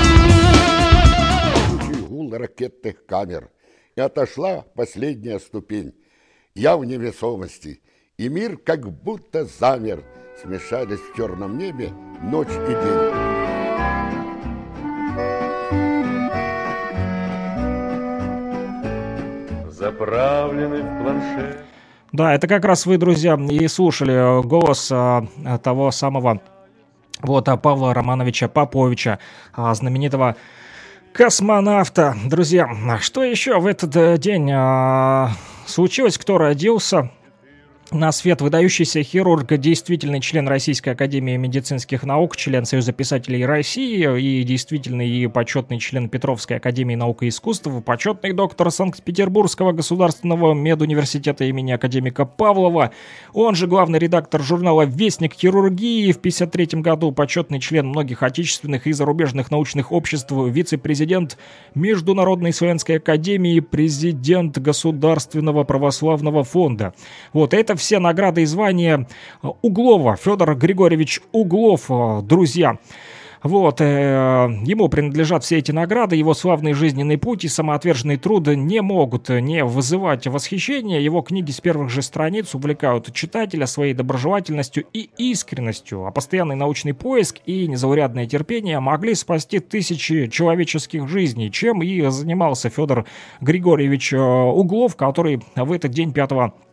Гул ракетных камер. И отошла последняя ступень. Я в невесомости, и мир как будто замер. Смешались в черном небе ночь и день. Заправленный в планшет. Да, это как раз вы, друзья, и слушали голос того самого Павла Романовича Поповича, знаменитого космонавта. Друзья, что еще в этот день случилось? Кто родился на свет? Выдающийся хирург, действительный член Российской академии медицинских наук, член Союза писателей России и действительный и почетный член Петровской академии наук и искусств, почетный доктор Санкт-Петербургского государственного медуниверситета имени академика Павлова, он же главный редактор журнала «Вестник хирургии» в 1953 году, почетный член многих отечественных и зарубежных научных обществ, вице-президент Международной славянской академии, президент Государственного православного фонда. Вот это все награды и звания Углова, Федор Григорьевич Углов, друзья. Ему принадлежат все эти награды, его славный жизненный путь и самоотверженный труд не могут не вызывать восхищения. Его книги с первых же страниц увлекают читателя своей доброжелательностью и искренностью, а постоянный научный поиск и незаурядное терпение могли спасти тысячи человеческих жизней, чем и занимался Федор Григорьевич Углов, который в этот день 5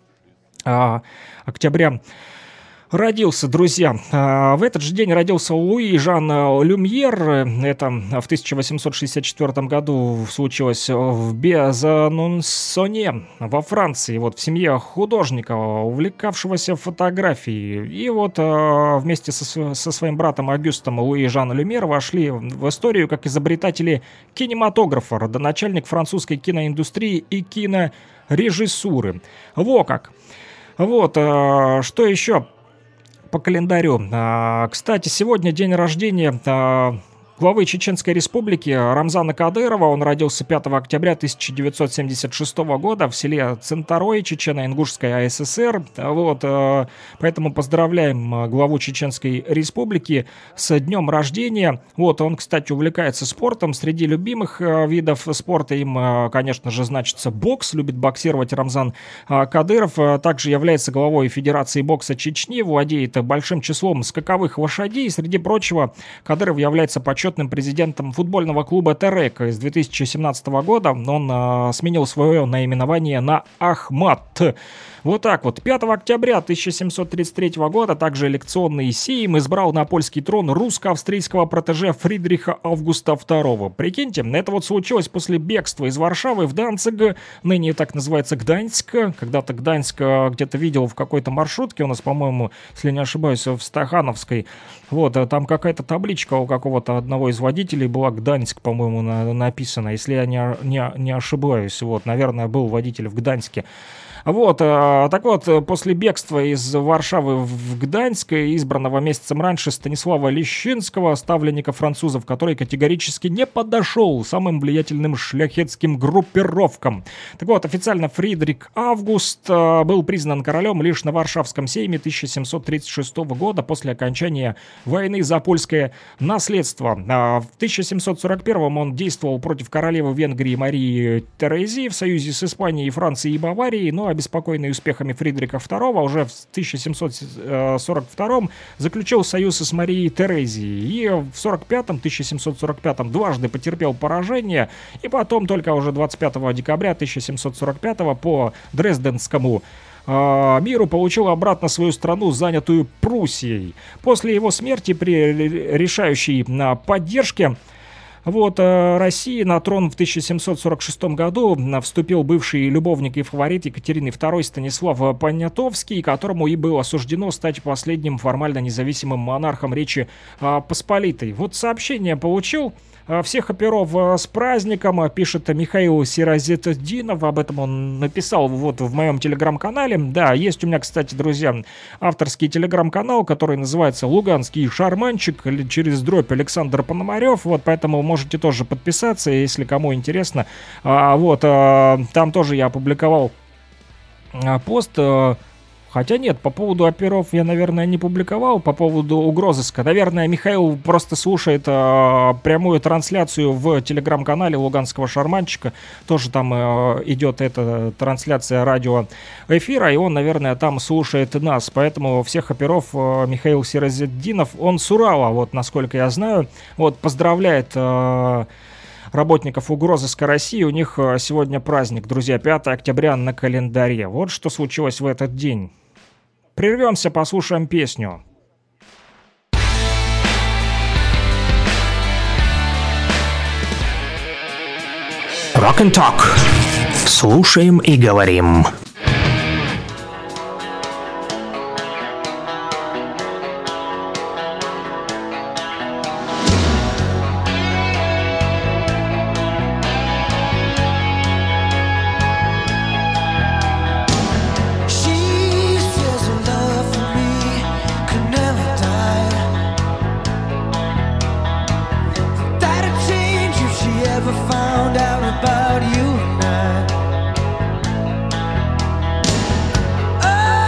октября родился, друзья. В этот же день родился Луи Жан Люмьер. Это в 1864 году случилось в Безанонсоне во Франции, в семье художника, увлекавшегося фотографией. И вместе со своим братом Агюстом Луи Жан Люмьер вошли в историю как изобретатели кинематографа, родоначальник французской киноиндустрии и кинорежиссуры. Во как! Что еще по календарю? Кстати, сегодня день рождения главы Чеченской Республики Рамзана Кадырова. Он родился 5 октября 1976 года в селе Центарой, Чечено-Ингушская АССР. Поэтому поздравляем главу Чеченской Республики с днем рождения. Он, кстати, увлекается спортом. Среди любимых видов спорта им, конечно же, значится бокс. Любит боксировать Рамзан Кадыров. Также является главой Федерации бокса Чечни, владеет большим числом скаковых лошадей. Среди прочего, Кадыров является почетным президентом футбольного клуба «Терек». С 2017 года он сменил свое наименование на «Ахмат». 5 октября 1733 года также элекционный сейм избрал на польский трон русско-австрийского протеже Фридриха Августа II. Прикиньте, это случилось после бегства из Варшавы в Данциг, ныне так называется Гданьск. Когда-то Гданьск где-то видел в какой-то маршрутке, у нас, по-моему, если не ошибаюсь, в Стахановской. Там какая-то табличка у какого-то одного из водителей была «Гданьск», по-моему, написано, если я не ошибаюсь. Наверное, был водитель в Гданьске. После бегства из Варшавы в Гданьск, избранного месяцем раньше Станислава Лещинского, ставленника французов, который категорически не подошел самым влиятельным шляхетским группировкам. Официально Фридрих Август был признан королем лишь на Варшавском сейме 1736 года после окончания войны за польское наследство. В 1741 он действовал против королевы Венгрии Марии Терезии в союзе с Испанией, Францией и Баварией, но обеспокоенный успехами Фридриха II уже в 1742 заключил союз с Марией Терезией и в 1745 дважды потерпел поражение, и потом только уже 25 декабря 1745 по Дрезденскому миру получил обратно свою страну, занятую Пруссией. После его смерти при решающей поддержке России на трон в 1746 году вступил бывший любовник и фаворит Екатерины II Станислав Понятовский, которому и было суждено стать последним формально независимым монархом Речи Посполитой. Сообщение получил. Всех оперов с праздником, пишет Михаил Сиразетдинов, об этом он написал в моем телеграм-канале. Да, есть у меня, кстати, друзья, авторский телеграм-канал, который называется «Луганский шарманчик», через дробь Александр Пономарев, поэтому можете тоже подписаться, если кому интересно. Там тоже я опубликовал пост. Хотя нет, по поводу оперов я, наверное, не публиковал, по поводу угрозыска. Наверное, Михаил просто слушает прямую трансляцию в телеграм-канале Луганского шарманчика. Тоже там идет эта трансляция радиоэфира, и он, наверное, там слушает нас. Поэтому всех оперов Михаил Сиразетдинов, он с Урала, насколько я знаю, поздравляет работников угрозыска России. У них сегодня праздник, друзья, 5 октября на календаре. Вот что случилось в этот день. Прервемся, послушаем песню. Rock and Talk. Слушаем и говорим. Found out about you and I.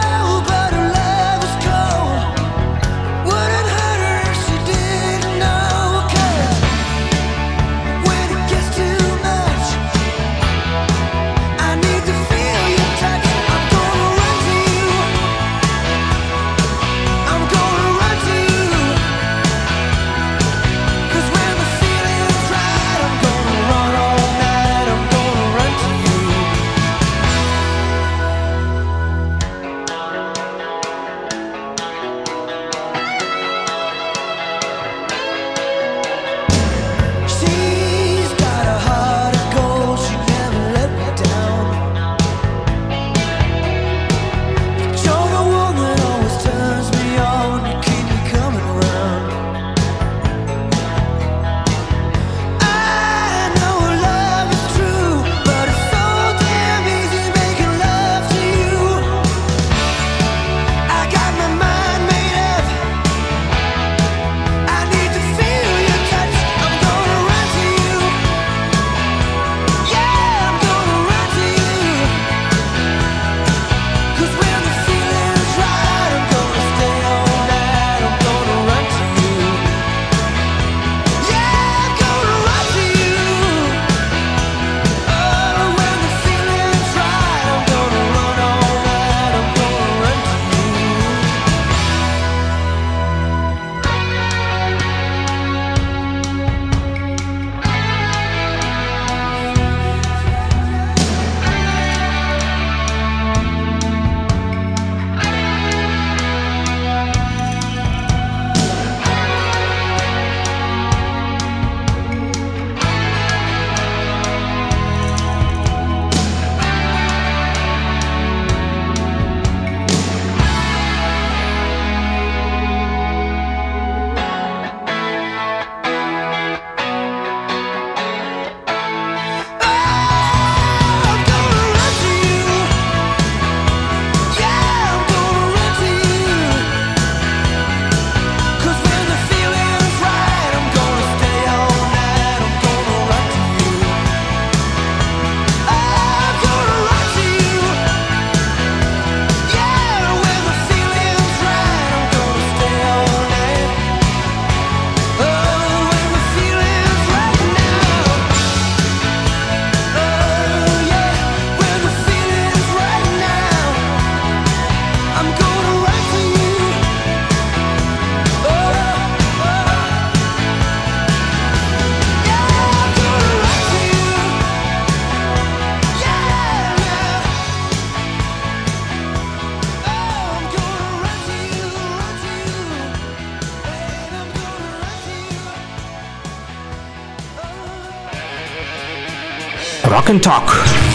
Rock and Talk.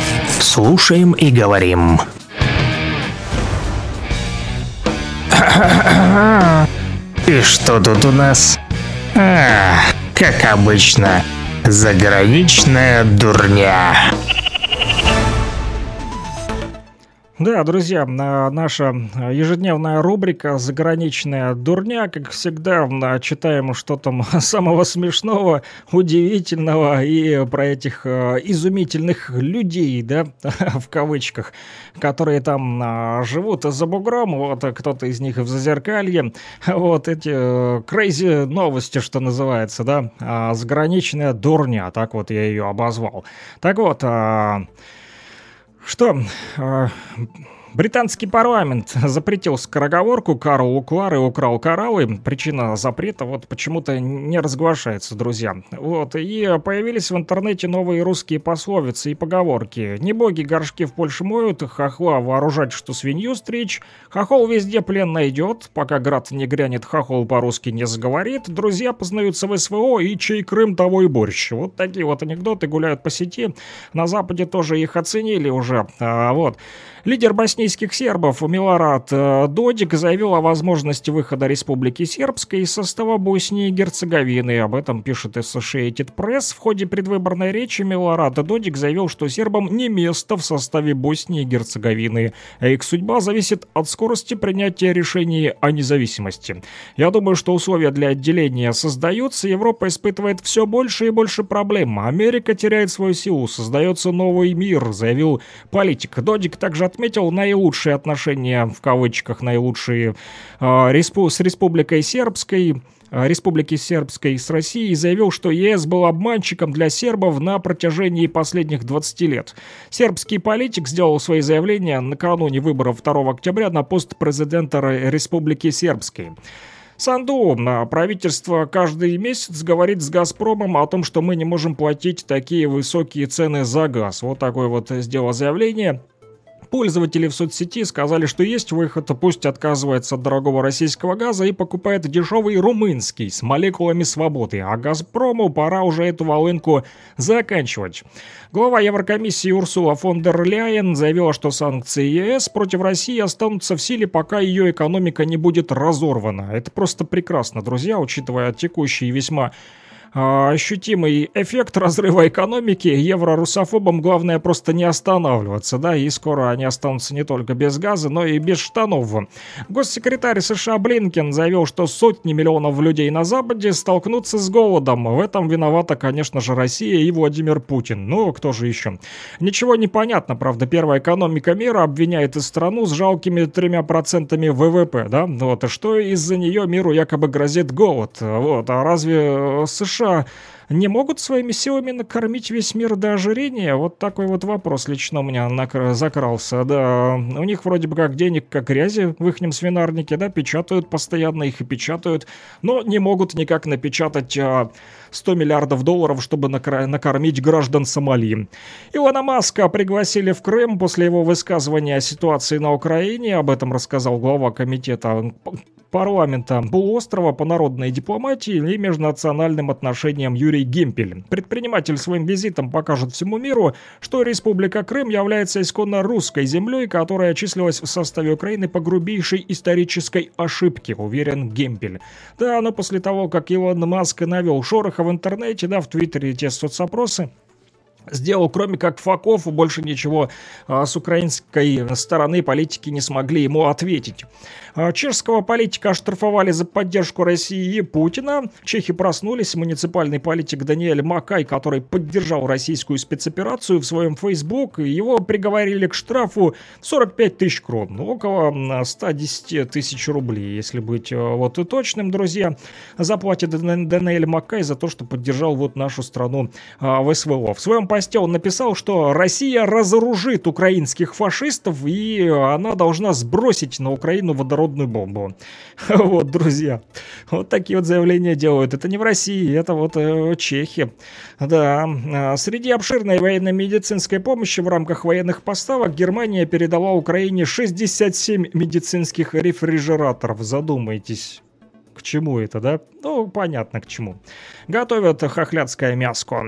Слушаем и говорим. И что тут у нас? Как обычно, заграничная дурня. Да, друзья, наша ежедневная рубрика «Заграничная дурня». Как всегда, читаем, что там самого смешного, удивительного и про этих изумительных людей, да, в кавычках, которые там живут за бугром. Вот кто-то из них в Зазеркалье. Вот эти crazy новости, что называется, да, «Заграничная дурня», так вот я ее обозвал. Так вот... Что, Британский парламент запретил скороговорку «Карл Клары украл кораллы». Причина запрета вот почему-то не разглашается, друзья. Вот, и появились в интернете новые русские пословицы и поговорки. «Не боги горшки в Польше моют, хохла вооружать, что свинью стричь, хохол везде плен найдет, пока град не грянет, хохол по-русски не заговорит, друзья познаются в СВО, и чей Крым, того и борщ». Вот такие вот анекдоты гуляют по сети. На Западе тоже их оценили уже. Вот. Лидер боснийских сербов Милорад Додик заявил о возможности выхода Республики Сербской из состава Боснии и Герцеговины. Об этом пишет Associated Press. В ходе предвыборной речи Милорад Додик заявил, что сербам не место в составе Боснии и Герцеговины, а их судьба зависит от скорости принятия решений о независимости. «Я думаю, что условия для отделения создаются, Европа испытывает все больше и больше проблем. Америка теряет свою силу, создается новый мир», заявил политик. Додик также отметил наилучшие отношения, в кавычках, наилучшие с Республикой Сербской, Республики Сербской с Россией, и заявил, что ЕС был обманщиком для сербов на протяжении последних 20 лет. Сербский политик сделал свои заявления накануне выборов 2 октября на пост президента Республики Сербской. Санду, правительство каждый месяц говорит с «Газпромом» о том, что мы не можем платить такие высокие цены за газ. Вот такое вот сделал заявление. Пользователи в соцсети сказали, что есть выход, пусть отказывается от дорогого российского газа и покупает дешевый румынский с молекулами свободы, а «Газпрому» пора уже эту волынку заканчивать. Глава Еврокомиссии Урсула фон дер Ляйен заявила, что санкции ЕС против России останутся в силе, пока ее экономика не будет разорвана. Это просто прекрасно, друзья, учитывая текущий весьма ощутимый эффект разрыва экономики. Еврорусофобам главное просто не останавливаться, да, и скоро они останутся не только без газа, но и без штанов. Госсекретарь США Блинкен заявил, что сотни миллионов людей на Западе столкнутся с голодом. В этом виновата, конечно же, Россия и Владимир Путин. Ну, кто же еще? Ничего не понятно, правда. Первая экономика мира обвиняет страну с жалкими 3% ВВП, да, вот, и что из-за нее миру якобы грозит голод. Вот, а разве США не могут своими силами накормить весь мир до ожирения? Вот такой вот вопрос лично у меня закрался. Да, у них вроде бы как денег, как грязи в ихнем свинарнике, да, печатают постоянно, их и печатают, но не могут никак напечатать 100 миллиардов долларов, чтобы накормить граждан Сомали. Илона Маска пригласили в Крым после его высказывания о ситуации на Украине. Об этом рассказал глава комитета парламента полуострова по народной дипломатии и межнациональным отношениям Юрий Гемпель. Предприниматель своим визитом покажет всему миру, что Республика Крым является исконно русской землей, которая числилась в составе Украины по грубейшей исторической ошибке, уверен Гемпель. Да, но после того, как Илон Маск навел шороха в интернете, да, в Твиттере те соцопросы, сделал, кроме как факов, больше ничего с украинской стороны политики не смогли ему ответить. Чешского политика оштрафовали за поддержку России и Путина. Чехи проснулись. Муниципальный политик Даниэль Макай, который поддержал российскую спецоперацию в своем Facebook, его приговорили к штрафу 45 тысяч крон, около 110 тысяч рублей, если быть вот и точным, друзья. Заплатит Даниэль Макай за то, что поддержал вот нашу страну в СВО. В своем посте он написал, что Россия разоружит украинских фашистов, и она должна сбросить на Украину водородную бомбу. Вот, друзья, вот такие вот заявления делают. Это не в России, это вот чехи. Да, среди обширной военно-медицинской помощи в рамках военных поставок Германия передала Украине 67 медицинских рефрижераторов. Задумайтесь. К чему это, да? Ну, понятно, к чему. Готовят хохлядское мяско.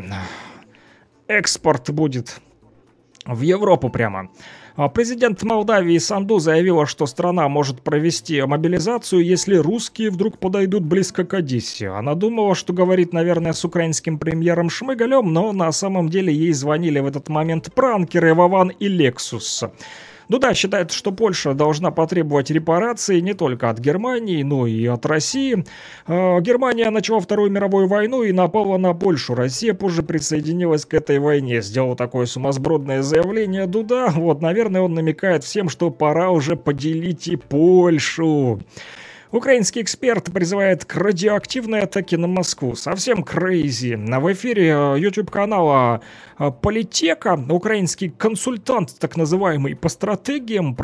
Экспорт будет в Европу прямо. Президент Молдавии Санду заявила, что страна может провести мобилизацию, если русские вдруг подойдут близко к Одессе. Она думала, что говорит, наверное, с украинским премьером Шмыгалем, но на самом деле ей звонили в этот момент пранкеры Вован и Лексус. Дуда считает, что Польша должна потребовать репарации не только от Германии, но и от России. Германия начала Вторую мировую войну и напала на Польшу. Россия позже присоединилась к этой войне. Сделал такое сумасбродное заявление Дуда. Вот, наверное, он намекает всем, что пора уже поделить и Польшу. Украинский эксперт призывает к радиоактивной атаке на Москву. Совсем крейзи. В эфире YouTube-канала Политека украинский консультант, так называемый по стратегиям,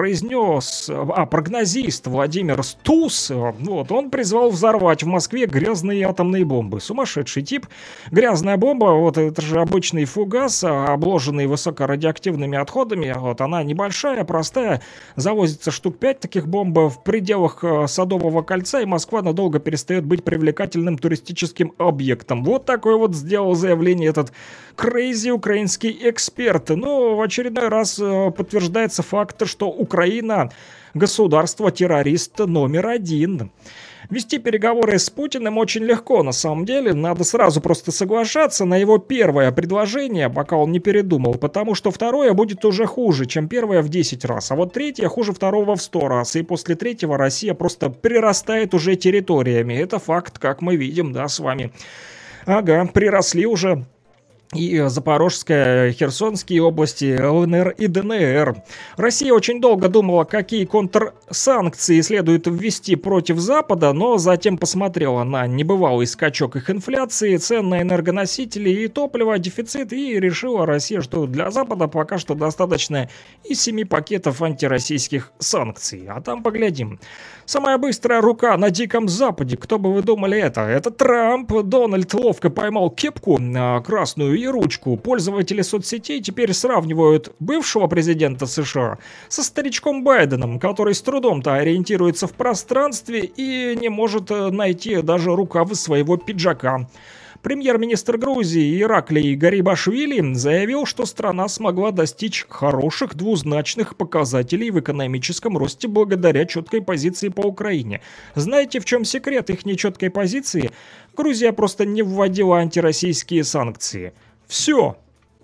прогнозист Владимир Стус, вот, он призвал взорвать в Москве грязные атомные бомбы. Сумасшедший тип. Грязная бомба, вот это же обычный фугас, обложенный высокорадиоактивными отходами. Вот она небольшая, простая, завозится штук 5 таких бомб в пределах Садового кольца, и Москва надолго перестает быть привлекательным туристическим объектом. Вот такое вот сделал заявление этот крейзи украинский эксперт. Но в очередной раз подтверждается факт, что Украина государство-террорист номер 1. Вести переговоры с Путиным очень легко, на самом деле. Надо сразу просто соглашаться на его первое предложение, пока он не передумал, потому что второе будет уже хуже, чем первое в 10 раз. А вот третье хуже второго в 100 раз. И после третьего Россия просто прирастает уже территориями. Это факт, как мы видим, да, с вами. Ага, приросли уже и Запорожская, Херсонские области, ЛНР и ДНР. Россия очень долго думала, какие контрсанкции следует ввести против Запада, но затем посмотрела на небывалый скачок их инфляции, цен на энергоносители и топливо, дефицит, и решила Россия, что для Запада пока что достаточно и 7 пакетов антироссийских санкций. А там поглядим. Самая быстрая рука на Диком Западе. Кто бы вы думали это? Это Трамп. Дональд ловко поймал кепку красную и ручку. Пользователи соцсетей теперь сравнивают бывшего президента США со старичком Байденом, который с трудом-то ориентируется в пространстве и не может найти даже рукавы своего пиджака. Премьер-министр Грузии Ираклий Гарибашвили заявил, что страна смогла достичь хороших двузначных показателей в экономическом росте благодаря четкой позиции по Украине. Знаете, в чем секрет их нечеткой позиции? Грузия просто не вводила антироссийские санкции. Все.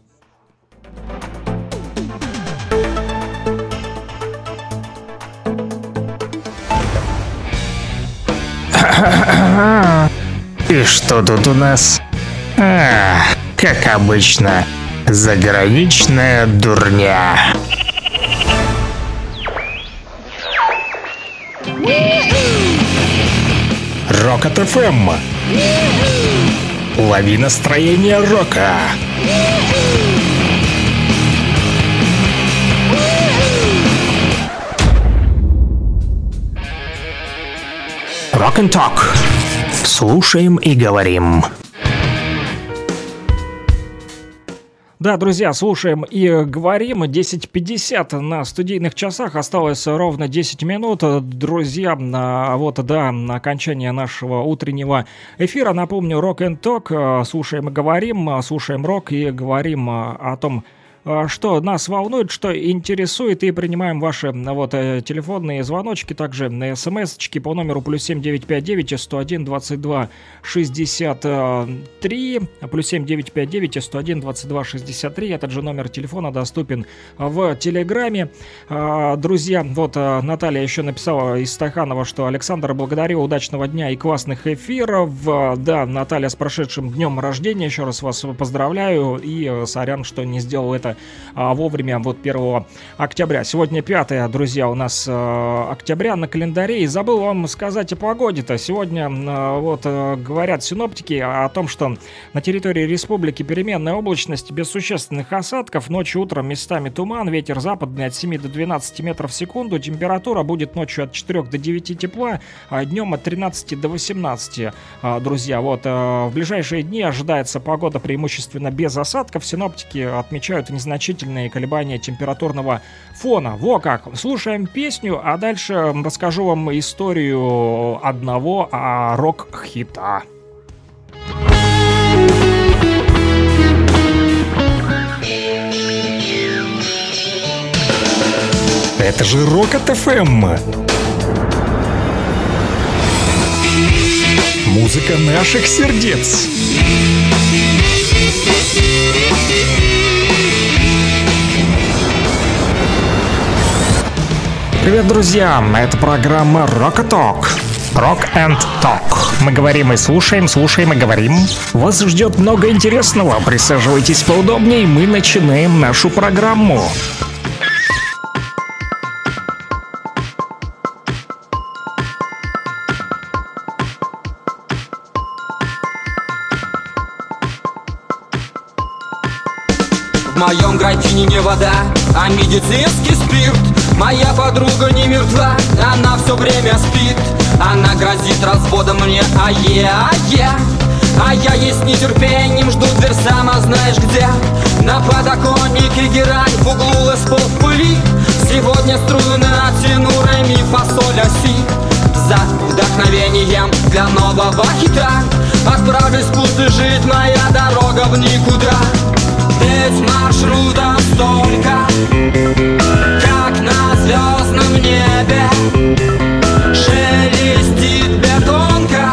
И что тут у нас? Как обычно, заграничная дурня. Рокет ФМ. Лови настроение рока. Rock and Talk. Слушаем и говорим. Да, друзья, слушаем и говорим. 10:50 на студийных часах. Осталось ровно 10 минут. Друзья, вот, да, на окончание нашего утреннего эфира. Напомню, Rock and Talk. Слушаем и говорим. Слушаем рок и говорим о том, что нас волнует, что интересует, и принимаем ваши вот телефонные звоночки, также смс-очки по номеру +7 959 101 22 63, +7 959 101 22 63. Этот же номер телефона доступен в Телеграме. Друзья, вот Наталья еще написала из Стаханова, что Александр, благодарю, удачного дня и классных эфиров. Да, Наталья, с прошедшим днем рождения, еще раз вас поздравляю, и сорян, что не сделал это вовремя, вот 1 октября. Сегодня 5, друзья, у нас октября на календаре. И забыл вам сказать о погоде-то. Сегодня вот говорят синоптики о том, что на территории республики переменная облачность без существенных осадков. Ночью, утром местами туман, ветер западный от 7 до 12 метров в секунду. Температура будет ночью от 4 до 9 тепла, а днем от 13 до 18. Друзья, вот в ближайшие дни ожидается погода преимущественно без осадков. Синоптики отмечают незначительные колебания температурного фона. Во как! Слушаем песню, а дальше расскажу вам историю одного рок-хита. Это же Рокет ФМ. Музыка наших сердец. Привет, друзья! Это программа Rock Talk. Rock and Talk. Мы говорим и слушаем, слушаем и говорим. Вас ждет много интересного. Присаживайтесь поудобнее, мы начинаем нашу программу. В моем графине не вода, а медицинский спирт. Моя подруга не мертва, она все время спит. Она грозит разводом мне, а я ей с нетерпением жду дверь, сама знаешь где. На подоконнике герань, в углу лэспол в пыли. Сегодня струны оттяну ре ми фа соль ля си. За вдохновением для нового хита отправлюсь в путь, лежит моя дорога в никуда. Ведь маршрутов столько, как на звездном небе. Шелестит бетонка,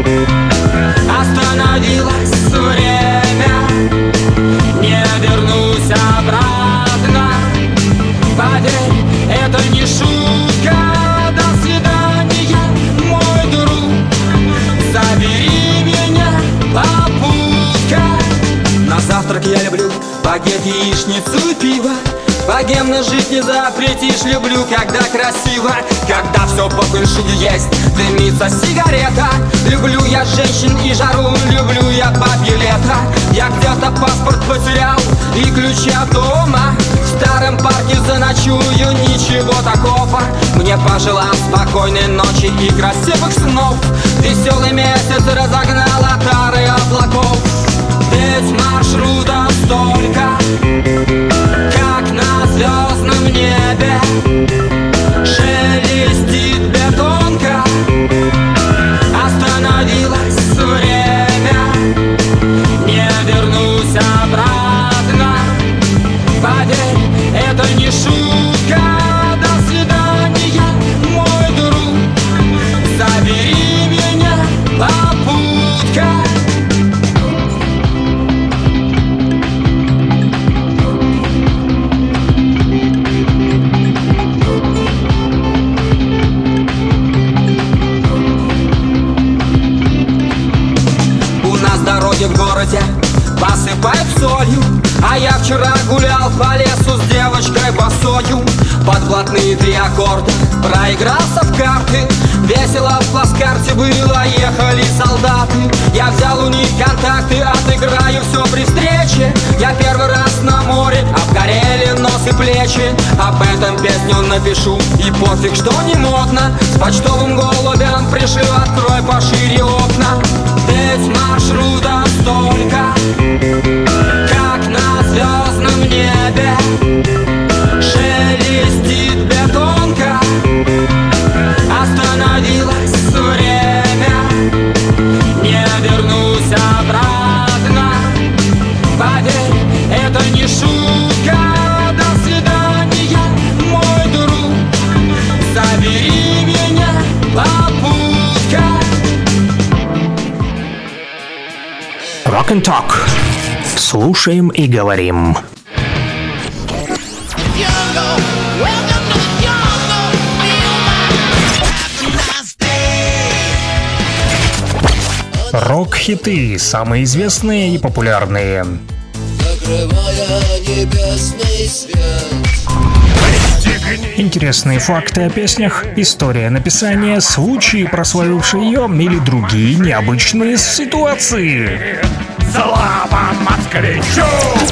остановилось время. Не вернусь обратно, поверь, это не шутка. До свидания, мой друг, забери меня, попутка. На завтрак я люблю багет, яичницу и пиво. Богемно жить не запретишь, люблю, когда красиво. Когда все по фэнши есть, дымится сигарета. Люблю я женщин и жару, люблю я бабье лето. Я где-то паспорт потерял и ключи от дома. В старом парке заночую, ничего такого. Мне пожелал спокойной ночи и красивых снов. Веселый месяц разогнал отары облаков. Ведь маршрутов столько, как на звездном небе. Шелестит бетонка, остановилось время. Не вернусь обратно, поверь, это не шутка. До свидания, мой друг, забери меня, попутка. В городе посыпают солью, а я вчера гулял по лесу с девочкой босою. Под блатные 3 аккорда проигрался в карты. Весело в плацкарте было, ехали солдаты. Я взял у них контакты, отыграю все при встрече. Я первый раз на море, обгорели нос и плечи. Об этом песню напишу, и пофиг, что не модно. С почтовым голубем пришлю, открой пошире окна. Ведь маршрутов столько, как на звездном небе. Шелестит бетонка, остановилось время. Не вернусь обратно, поверь, это не шутка. До свидания, мой друг, забери меня, попутка. Rock and Talk. Слушаем и говорим. Рок-хиты, самые известные и популярные. Закрывая небесный свет. Интересные факты о песнях, история написания, случаи, прославившие ее, или другие необычные ситуации. Слава москвичу!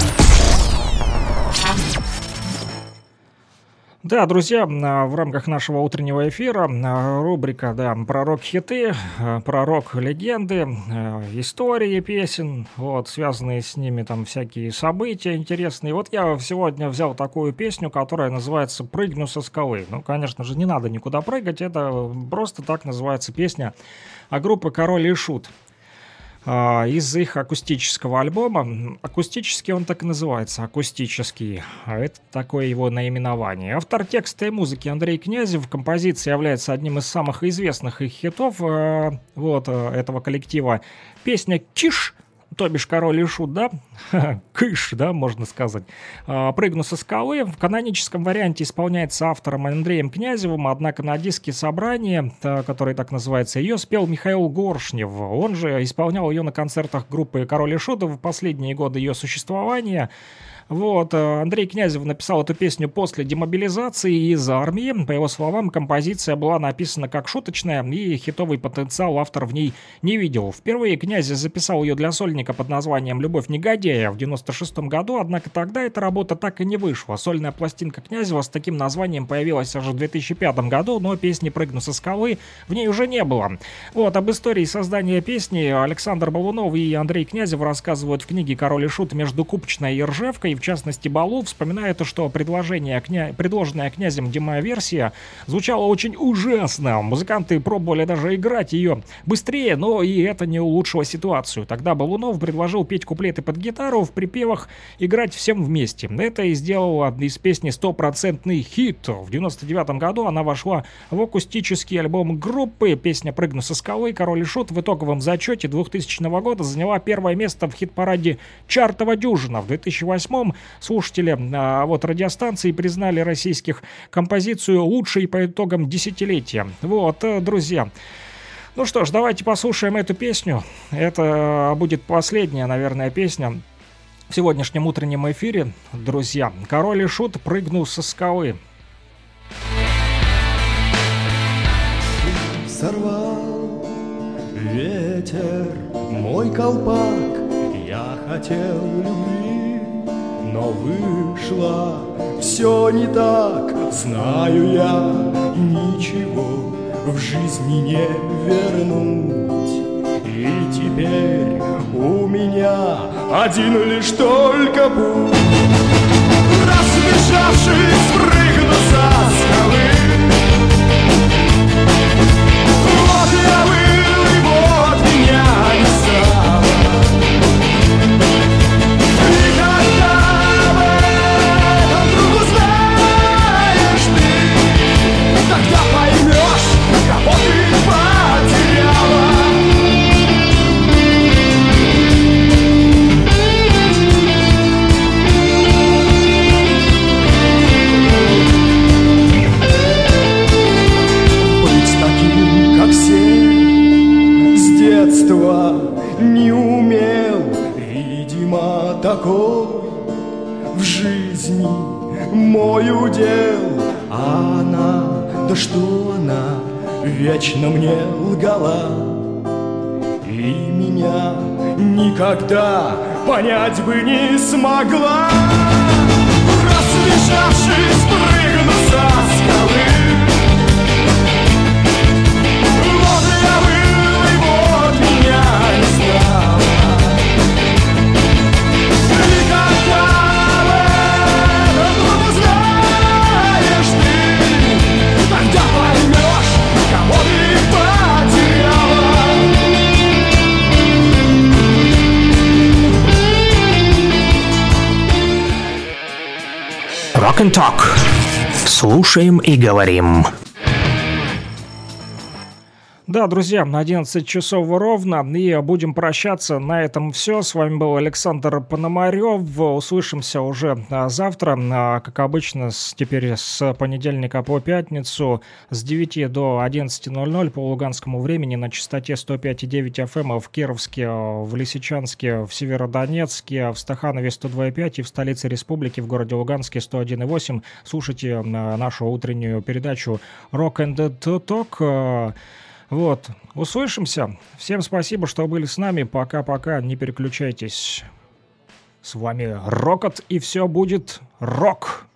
Да, друзья, в рамках нашего утреннего эфира рубрика, да, про рок-хиты, про рок-легенды, истории песен, вот, связанные с ними там всякие события интересные. Вот я сегодня взял такую песню, которая называется «Прыгну со скалы». Ну, конечно же, не надо никуда прыгать, это просто так называется песня группы «Король и Шут». Из их акустического альбома. Акустический он так и называется, акустический. Это такое его наименование. Автор текста и музыки Андрей Князев. Композиция является одним из самых известных их хитов вот этого коллектива. Песня «Киш», то бишь «Король и Шут», да? Кыш, да, можно сказать. «Прыгну со скалы» в каноническом варианте исполняется автором Андреем Князевым, однако на диске собрания, который так называется, ее спел Михаил Горшнев. Он же исполнял ее на концертах группы «Король и Шут» в последние годы ее существования. Вот, Андрей Князев написал эту песню после демобилизации из армии. По его словам, композиция была написана как шуточная, и хитовый потенциал автор в ней не видел. Впервые Князев записал ее для сольной художника под названием «Любовь негодяя» в 96 году, однако тогда эта работа так и не вышла. Сольная пластинка Князева с таким названием появилась аж в 2005 году, но песни «Прыгну со скалы» в ней уже не было. Вот, об истории создания песни Александр Балунов и Андрей Князев рассказывают в книге «Король и Шут» между Купчиной и Ржевкой. В частности, Балу вспоминает, что предложенная князем демоверсия звучала очень ужасно. Музыканты пробовали даже играть ее быстрее, но и это не улучшило ситуацию. Тогда Балунов предложил петь куплеты под гитару, в припевах играть всем вместе. Это и сделало из песни стопроцентный хит. В 99 году она вошла в акустический альбом группы. Песня «Прыгну со скалы» «Король и Шут» в итоговом зачете 2000 года заняла первое место в хит-параде «Чартова дюжина». В 2008 слушатели радиостанции признали российских композицию лучшей по итогам десятилетия. Вот, друзья. Ну что ж, давайте послушаем эту песню. Это будет последняя, наверное, песня в сегодняшнем утреннем эфире, друзья. «Король и Шут» «Прыгнул со скалы». Сорвал ветер мой колпак, я хотел любви, но вышло все не так. Знаю я, ничего в жизни не вернуть. И теперь у меня один лишь только путь. Разбежавшись, прыгну со скалы. Вот я был, и вот меня не стало. И когда об этом вдруг узнаешь ты, тогда поймешь, кого ты потеряла. Быть таким, как все, с детства не умел. Видимо, такой в жизни мой удел. А она, да что она, вечно мне лгала. И меня никогда понять бы не смогла. Разбежавшись, прыгну со скалы. Вот я был, и вот меня не стало. И когда об этом вдруг узнаешь ты, тогда поймешь, кого ты потеряла. Rock and Talk. Слушаем и говорим. Да, друзья, 11 часов ровно, и будем прощаться. На этом все. С вами был Александр Пономарев. Услышимся уже завтра, как обычно, теперь с понедельника по пятницу с 9 до 11:00 по луганскому времени на частоте 105,9 FM в Кировске, в Лисичанске, в Северодонецке, в Стаханове 102,5 и в столице республики, в городе Луганске 101,8. Слушайте нашу утреннюю передачу Rock and Talk. Вот, услышимся. Всем спасибо, что были с нами. Пока-пока, не переключайтесь. С вами Рокот, и все будет рок.